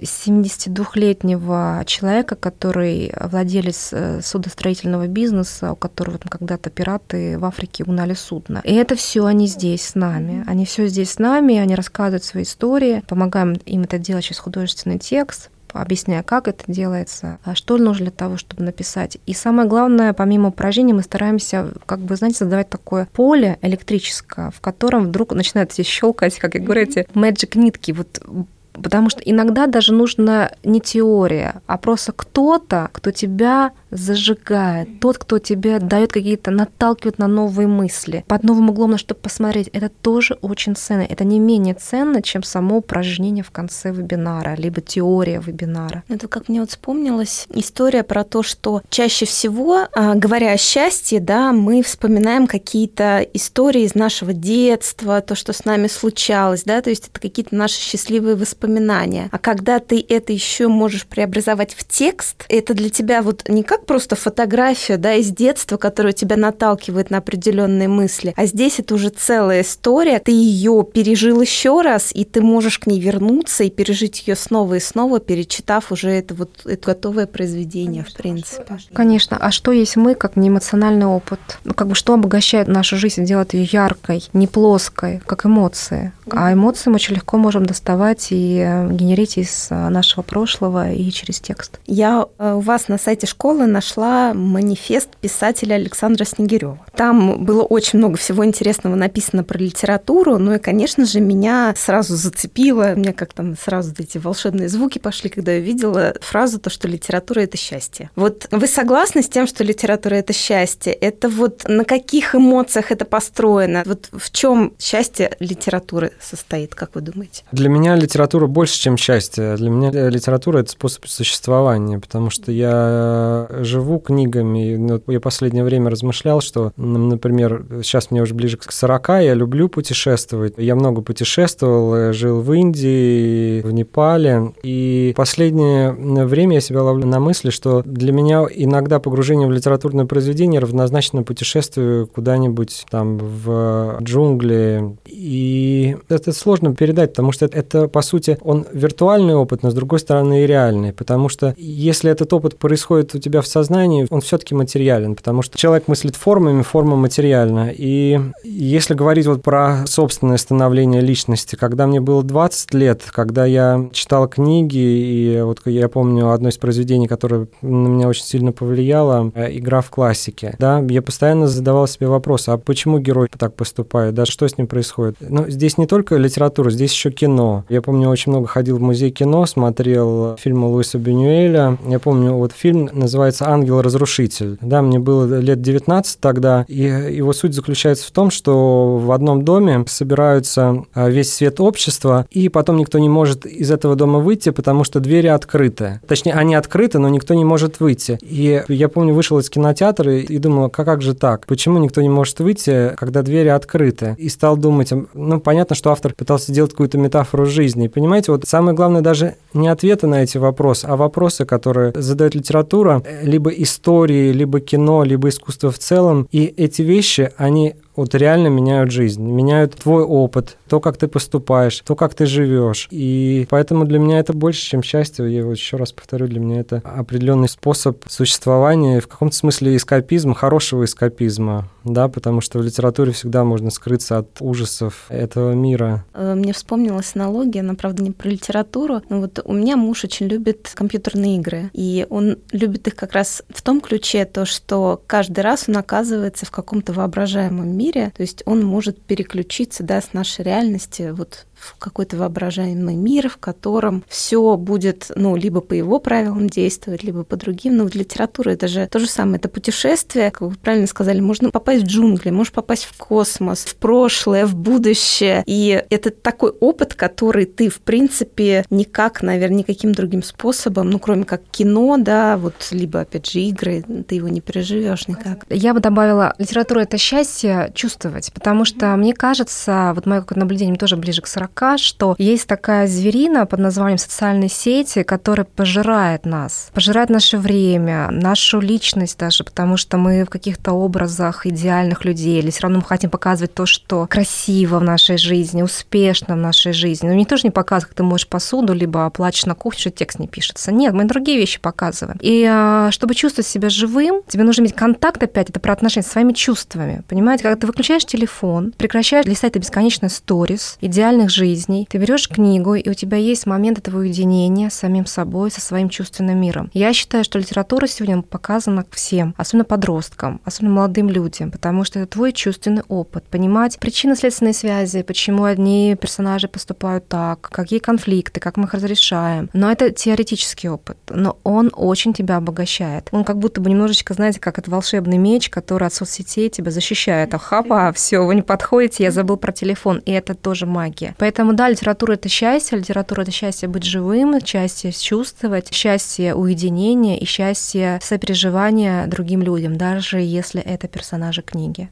72-летнего человека, который владелец судостроительного бизнеса, у которого когда-то пираты в Африке угнали судно. И это все они здесь с нами. Они все здесь с нами, они рассказывают свои истории, помогаем им это делать через художественный текст, объясняя, как это делается, что нужно для того, чтобы написать. И самое главное, помимо упражнений, мы стараемся, создавать такое поле электрическое, в котором вдруг начинают щелкать, как я говорю, эти magic нитки. Потому что иногда даже нужна не теория, а просто кто-то, кто тебя зажигает, тот, кто тебе дает какие-то, наталкивает на новые мысли, под новым углом на что посмотреть. Это тоже очень ценно. Это не менее ценно, чем само упражнение в конце вебинара, либо теория вебинара. Это как мне вспомнилась история про то, что чаще всего, говоря о счастье, да, мы вспоминаем какие-то истории из нашего детства, то, что с нами случалось, да, то есть это какие-то наши счастливые воспоминания. А когда ты это еще можешь преобразовать в текст, это для тебя не как просто фотография, да, из детства, которая тебя наталкивает на определенные мысли, а здесь это уже целая история, ты ее пережил еще раз, и ты можешь к ней вернуться и пережить ее снова и снова, перечитав уже это готовое произведение, конечно, в принципе. Конечно. А что есть мы, как не эмоциональный опыт? Что обогащает нашу жизнь, делает ее яркой, не плоской, как эмоции? А эмоции мы очень легко можем доставать и генерить из нашего прошлого и через текст. Я у вас на сайте школы нашла манифест писателя Александра Снегирёва. Там было очень много всего интересного написано про литературу, и, конечно же, меня сразу зацепило, у меня сразу эти волшебные звуки пошли, когда я видела фразу, что литература – это счастье. Вы согласны с тем, что литература – это счастье? Это на каких эмоциях это построено? В чем счастье литературы состоит, как вы думаете? Для меня литература больше, чем счастье. Для меня литература – это способ существования, потому что я живу книгами. Я последнее время размышлял, что, например, сейчас мне уже ближе к 40, я люблю путешествовать. Я много путешествовал, жил в Индии, в Непале. И последнее время я себя ловлю на мысли, что для меня иногда погружение в литературное произведение равнозначно путешествию куда-нибудь в джунгли. И это сложно передать, потому что это, по сути, он виртуальный опыт, но, с другой стороны, и реальный. Потому что если этот опыт происходит у тебя в сознании, он все-таки материален, потому что человек мыслит формами, форма материальна. И если говорить про собственное становление личности, когда мне было 20 лет, когда я читал книги, и я помню одно из произведений, которое на меня очень сильно повлияло, «Игра в классике». Да, я постоянно задавал себе вопрос, а почему герой так поступает, да, что с ним происходит? Здесь не только литература, здесь еще кино. Я помню, очень много ходил в музей кино, смотрел фильмы Луиса Бюнюэля. Я помню, фильм называется «Ангел-разрушитель». Да, мне было лет 19 тогда, и его суть заключается в том, что в одном доме собираются весь свет общества, и потом никто не может из этого дома выйти, потому что двери открыты. Точнее, они открыты, но никто не может выйти. И я помню, вышел из кинотеатра и думал, как же так? Почему никто не может выйти, когда двери открыты? И стал думать, понятно, что автор пытался сделать какую-то метафору жизни. И понимаете, самое главное даже не ответы на эти вопросы, а вопросы, которые задает литература, либо истории, либо кино, либо искусство в целом. И эти вещи, они реально меняют жизнь, меняют твой опыт, то, как ты поступаешь, то, как ты живешь. И поэтому для меня это больше, чем счастье. Я еще раз повторю, для меня это определенный способ существования, в каком-то смысле эскапизм, хорошего эскапизма, да, потому что в литературе всегда можно скрыться от ужасов этого мира. Мне вспомнилась аналогия, она, правда, не про литературу, но у меня муж очень любит компьютерные игры, и он любит их как раз в том ключе, то, что каждый раз он оказывается в каком-то воображаемом мире, мире, то есть он может переключиться, да, с нашей реальности вот в какой-то воображаемый мир, в котором все будет, либо по его правилам действовать, либо по другим. Но в литературе это же то же самое, это путешествие, как вы правильно сказали, можно попасть в джунгли, можешь попасть в космос, в прошлое, в будущее. И это такой опыт, который ты, в принципе, никак, наверное, никаким другим способом, кроме как кино, да, вот, либо, опять же, игры, ты его не переживешь никак. Я бы добавила, литература — это счастье чувствовать, потому что, мне кажется, вот мое наблюдение тоже ближе к 40, что есть такая зверина под названием социальные сети, которая пожирает нас, пожирает наше время, нашу личность даже, потому что мы в каких-то образах идеальных людей, или все равно мы хотим показывать то, что красиво в нашей жизни, успешно в нашей жизни. Но мне тоже не показывают, как ты моешь посуду, либо плачешь на кухне, что текст не пишется. Нет, мы другие вещи показываем. И чтобы чувствовать себя живым, тебе нужно иметь контакт опять, это про отношения с своими чувствами. Понимаете, когда ты выключаешь телефон, прекращаешь листать это бесконечное сторис идеальных жизней, ты берешь книгу, и у тебя есть момент этого уединения с самим собой, со своим чувственным миром. Я считаю, что литература сегодня показана всем, особенно подросткам, особенно молодым людям, потому что это твой чувственный опыт, понимать причинно-следственные связи, почему одни персонажи поступают так, какие конфликты, как мы их разрешаем. Но это теоретический опыт, но он очень тебя обогащает. Он как будто бы немножечко, знаете, как это волшебный меч, который от соцсетей тебя защищает. Хапа, все, вы не подходите, я забыл про телефон, и это тоже магия. Поэтому, да, литература — это счастье быть живым, счастье чувствовать, счастье уединения и счастье сопереживания другим людям, даже если это персонажи книги.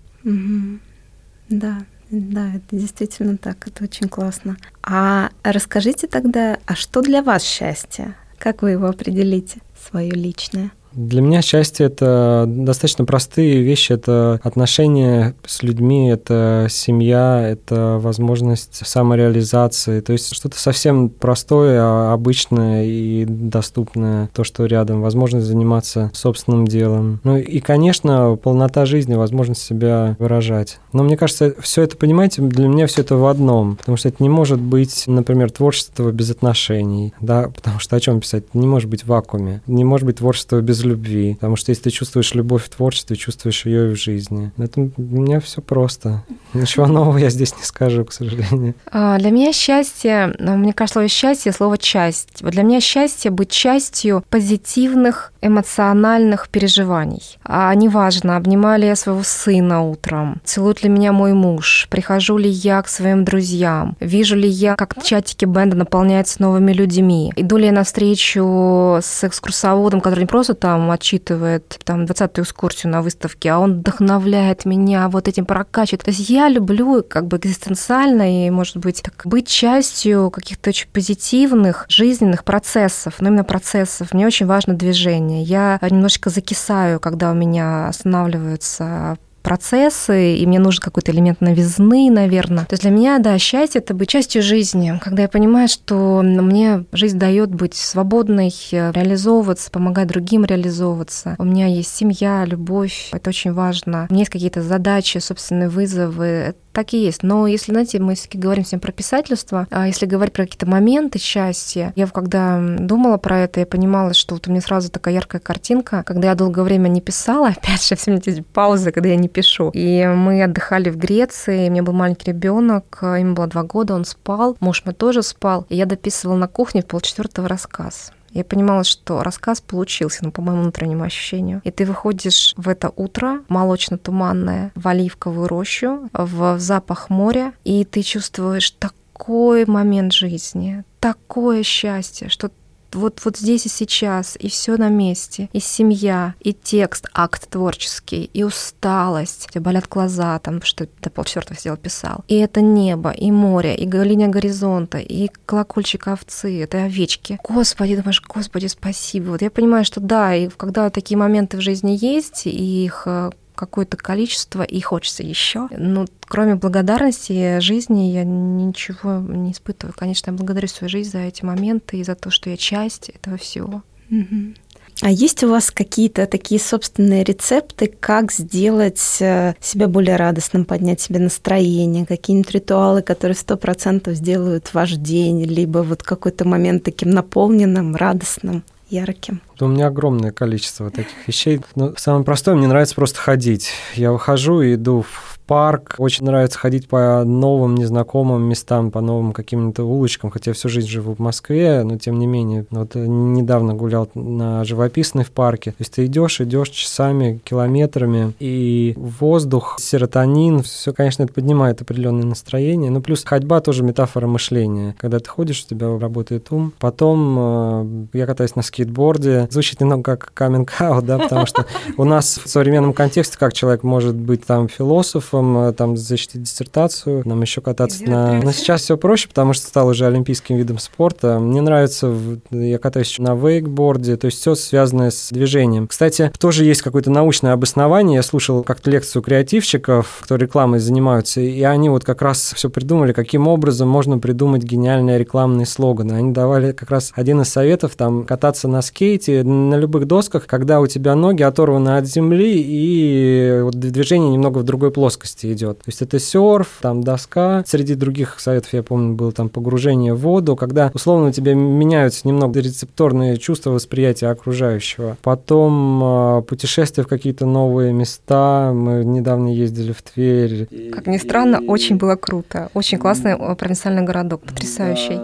Да, это действительно так, это очень классно. А расскажите тогда, а что для вас счастье? Как вы его определите, свое личное? Для меня счастье — это достаточно простые вещи. Это отношения с людьми, это семья, это возможность самореализации. То есть что-то совсем простое, обычное и доступное, то, что рядом. Возможность заниматься собственным делом. И, конечно, полнота жизни, возможность себя выражать. Но мне кажется, все это, понимаете, для меня все это в одном. Потому что это не может быть, например, творчество без отношений. Да? Потому что о чем писать? Не может быть в вакууме. Не может быть творчество без любви, потому что если ты чувствуешь любовь в творчестве, чувствуешь ее и в жизни. Это у меня все просто. Ничего нового я здесь не скажу, к сожалению. Для меня счастье, мне кажется, слово счастье, слово часть. Вот для меня счастье — быть частью позитивных эмоциональных переживаний. Неважно, обнимаю ли я своего сына утром, целует ли меня мой муж, прихожу ли я к своим друзьям, вижу ли я, как чатики бенда наполняются новыми людьми, иду ли я навстречу с экскурсоводом, который не просто там отчитывает 20-ю экскурсию на выставке, а он вдохновляет меня вот этим прокачивает. То есть я люблю экзистенциально и, может быть, быть частью каких-то очень позитивных жизненных процессов, но именно процессов. Мне очень важно движение. Я немножечко закисаю, когда у меня останавливаются процессы, и мне нужен какой-то элемент новизны, наверное. То есть для меня, да, счастье — это быть частью жизни, когда я понимаю, что мне жизнь дает быть свободной, реализовываться, помогать другим реализовываться. У меня есть семья, любовь, это очень важно. У меня есть какие-то задачи, собственные вызовы, так и есть. Но если, знаете, мы все-таки говорим всем про писательство, а если говорить про какие-то моменты счастья, я когда думала про это, я понимала, что вот у меня сразу такая яркая картинка, когда я долгое время не писала, опять же, все эти паузы, когда я не пишу. И мы отдыхали в Греции, у меня был маленький ребенок, ему было 2 года, он спал, муж мой тоже спал, и я дописывала на кухне в 3:30 рассказ. Я понимала, что рассказ получился, по моему внутреннему ощущению. И ты выходишь в это утро, молочно-туманное, в оливковую рощу, в запах моря, и ты чувствуешь такой момент жизни, такое счастье, что вот здесь и сейчас, и все на месте, и семья, и текст, акт творческий, и усталость, у тебя болят глаза, что до 3:30 сидел, писал. И это небо, и море, и линия горизонта, и колокольчик овцы, это овечки. Господи, думаешь, Господи, спасибо. Вот я понимаю, что да, и когда такие моменты в жизни есть, и их какое-то количество, и хочется еще. Кроме благодарности жизни, я ничего не испытываю. Конечно, я благодарю свою жизнь за эти моменты и за то, что я часть этого всего. А есть у вас какие-то такие собственные рецепты, как сделать себя более радостным, поднять себе настроение, какие-нибудь ритуалы, которые 100% сделают ваш день, либо вот какой-то момент таким наполненным, радостным, ярким? У меня огромное количество таких вещей. Но самое простое, мне нравится просто ходить. Я выхожу и иду в парк. Очень нравится ходить по новым, незнакомым местам, по новым каким-то улочкам, хотя я всю жизнь живу в Москве, но тем не менее, вот недавно гулял на Живописной в парке. То есть ты идешь часами, километрами, и воздух, серотонин, все, конечно, это поднимает определенное настроение. Ну, плюс ходьба тоже метафора мышления. Когда ты ходишь, у тебя работает ум. Потом я катаюсь на скейтборде. Звучит немного как каминг-аут, да, потому что у нас в современном контексте, как человек может быть там философом, там защитить диссертацию, нам еще кататься на... Но сейчас все проще, потому что стал уже олимпийским видом спорта. Мне нравится, я катаюсь на вейкборде, то есть все связанное с движением. Кстати, тоже есть какое-то научное обоснование. Я слушал как-то лекцию креативщиков, кто рекламой занимаются, и они вот как раз все придумали, каким образом можно придумать гениальные рекламные слоганы. Они давали как раз один из советов, там, кататься на скейте, на любых досках, когда у тебя ноги оторваны от земли, и вот движение немного в другой плоскости идет. То есть это серф, там доска. Среди других советов, я помню, было там погружение в воду, когда условно у тебя меняются немного рецепторные чувства восприятия окружающего. Потом путешествия в какие-то новые места. Мы недавно ездили в Тверь. Как ни странно, очень было круто. Очень классный провинциальный городок, потрясающий.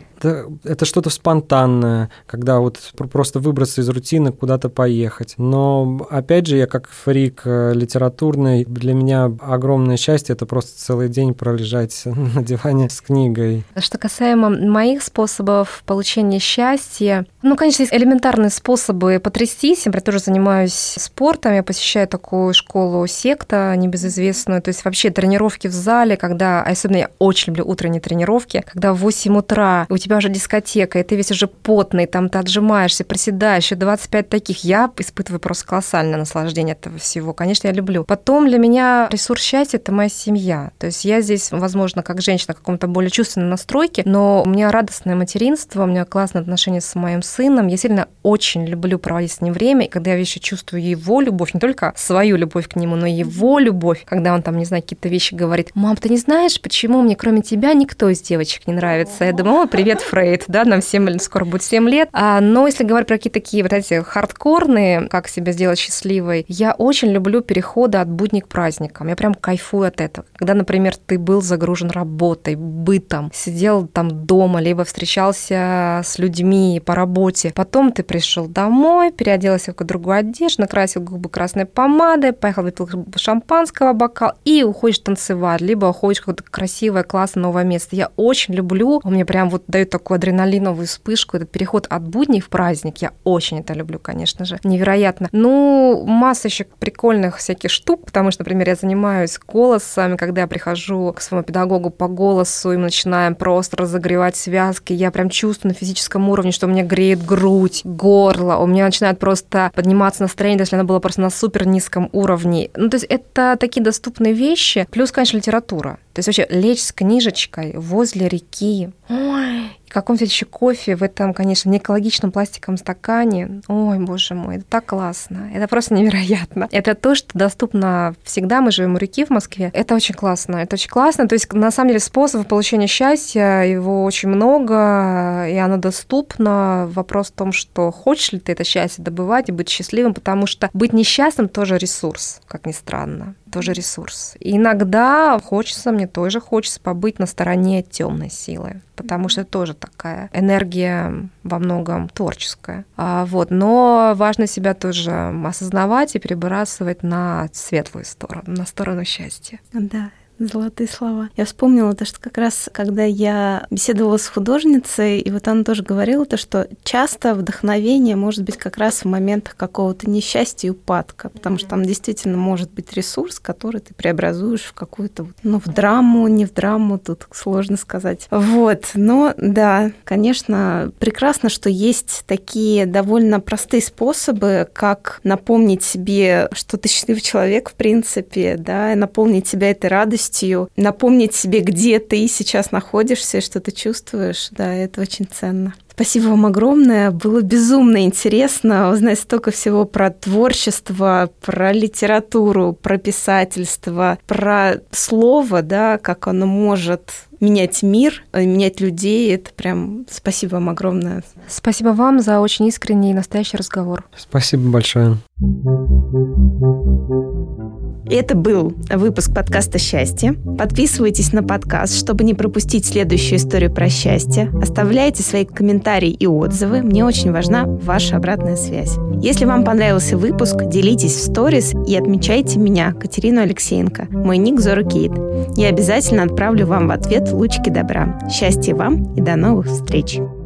Это что-то спонтанное, когда вот просто выбраться из рутины, куда-то поехать. Но, опять же, я как фрик литературный, для меня огромное счастье — это просто целый день пролежать на диване с книгой. Что касаемо моих способов получения счастья, конечно, есть элементарные способы потрястись. Я тоже занимаюсь спортом, я посещаю такую школу секта небезызвестную, то есть вообще тренировки в зале, когда, особенно я очень люблю утренние тренировки, когда в 8 утра у тебя уже дискотека, и ты весь уже потный, там ты отжимаешься, приседаешь, еще 25 таких. Я испытываю просто колоссальное наслаждение этого всего. Конечно, я люблю. Потом для меня ресурс счастья — это моя семья. То есть я здесь, возможно, как женщина в каком-то более чувственной настройке, но у меня радостное материнство, у меня классные отношения с моим сыном. Я сильно очень люблю проводить с ним время, и когда я еще чувствую его любовь, не только свою любовь к нему, но и его любовь, когда он там, не знаю, какие-то вещи говорит: «Мам, ты не знаешь, почему мне кроме тебя никто из девочек не нравится?» Я думаю: «О, привет, Фрейд, да, нам скоро будет 7 лет». Но если говорить про какие-то такие вот эти хардкорные, как себя сделать счастливой, я очень люблю переходы от будней к праздникам. Я прям кайфую от этого. Когда, например, ты был загружен работой, бытом, сидел там дома, либо встречался с людьми по работе, потом ты пришел домой, переоделся в какую-то другую одежду, накрасил губы красной помадой, поехал, выпил шампанского бокал и уходишь танцевать, либо уходишь в какое-то красивое, классное новое место. Я очень люблю, у меня прям вот дает такую адреналиновую вспышку, этот переход от будней в праздник. Я очень это люблю, конечно же. Невероятно. Масса еще прикольных всяких штук, потому что, например, я занимаюсь голосом, когда я прихожу к своему педагогу по голосу, и мы начинаем просто разогревать связки, я прям чувствую на физическом уровне, что у меня греет грудь, горло, у меня начинает просто подниматься настроение, даже если оно было просто на супер низком уровне. То есть это такие доступные вещи. Плюс, конечно, литература. То есть вообще лечь с книжечкой возле реки. Ой, каком-то еще кофе в этом, конечно, неэкологичном пластиковом стакане. Ой, боже мой, это так классно. Это просто невероятно. Это то, что доступно всегда. Мы живем у реки в Москве. Это очень классно. Это очень классно. То есть, на самом деле, способов получения счастья, его очень много, и оно доступно. Вопрос в том, что хочешь ли ты это счастье добывать и быть счастливым, потому что быть несчастным тоже ресурс, как ни странно. Тоже ресурс. И иногда мне тоже хочется побыть на стороне темной силы, потому что это тоже такая энергия во многом творческая. Но важно себя тоже осознавать и перебрасывать на светлую сторону, на сторону счастья. Да. Золотые слова. Я вспомнила то, что как раз, когда я беседовала с художницей, и вот она тоже говорила то, что часто вдохновение может быть как раз в моментах какого-то несчастья и упадка, потому что там действительно может быть ресурс, который ты преобразуешь в какую-то, в драму, не в драму, тут сложно сказать. Но да, конечно, прекрасно, что есть такие довольно простые способы, как напомнить себе, что ты счастливый человек, в принципе, да, и наполнить себя этой радостью, напомнить себе, где ты сейчас находишься и что ты чувствуешь. Да, это очень ценно. Спасибо вам огромное. Было безумно интересно узнать столько всего про творчество, про литературу, про писательство, про слово, да, как оно может менять мир, менять людей. Это прям спасибо вам огромное. Спасибо вам за очень искренний и настоящий разговор. Спасибо большое. Это был выпуск подкаста «Счастье». Подписывайтесь на подкаст, чтобы не пропустить следующую историю про счастье. Оставляйте свои комментарии и отзывы. Мне очень важна ваша обратная связь. Если вам понравился выпуск, делитесь в сторис и отмечайте меня, Катерину Алексеенко. Мой ник Зора Кейт. Я обязательно отправлю вам в ответ лучики добра. Счастья вам и до новых встреч!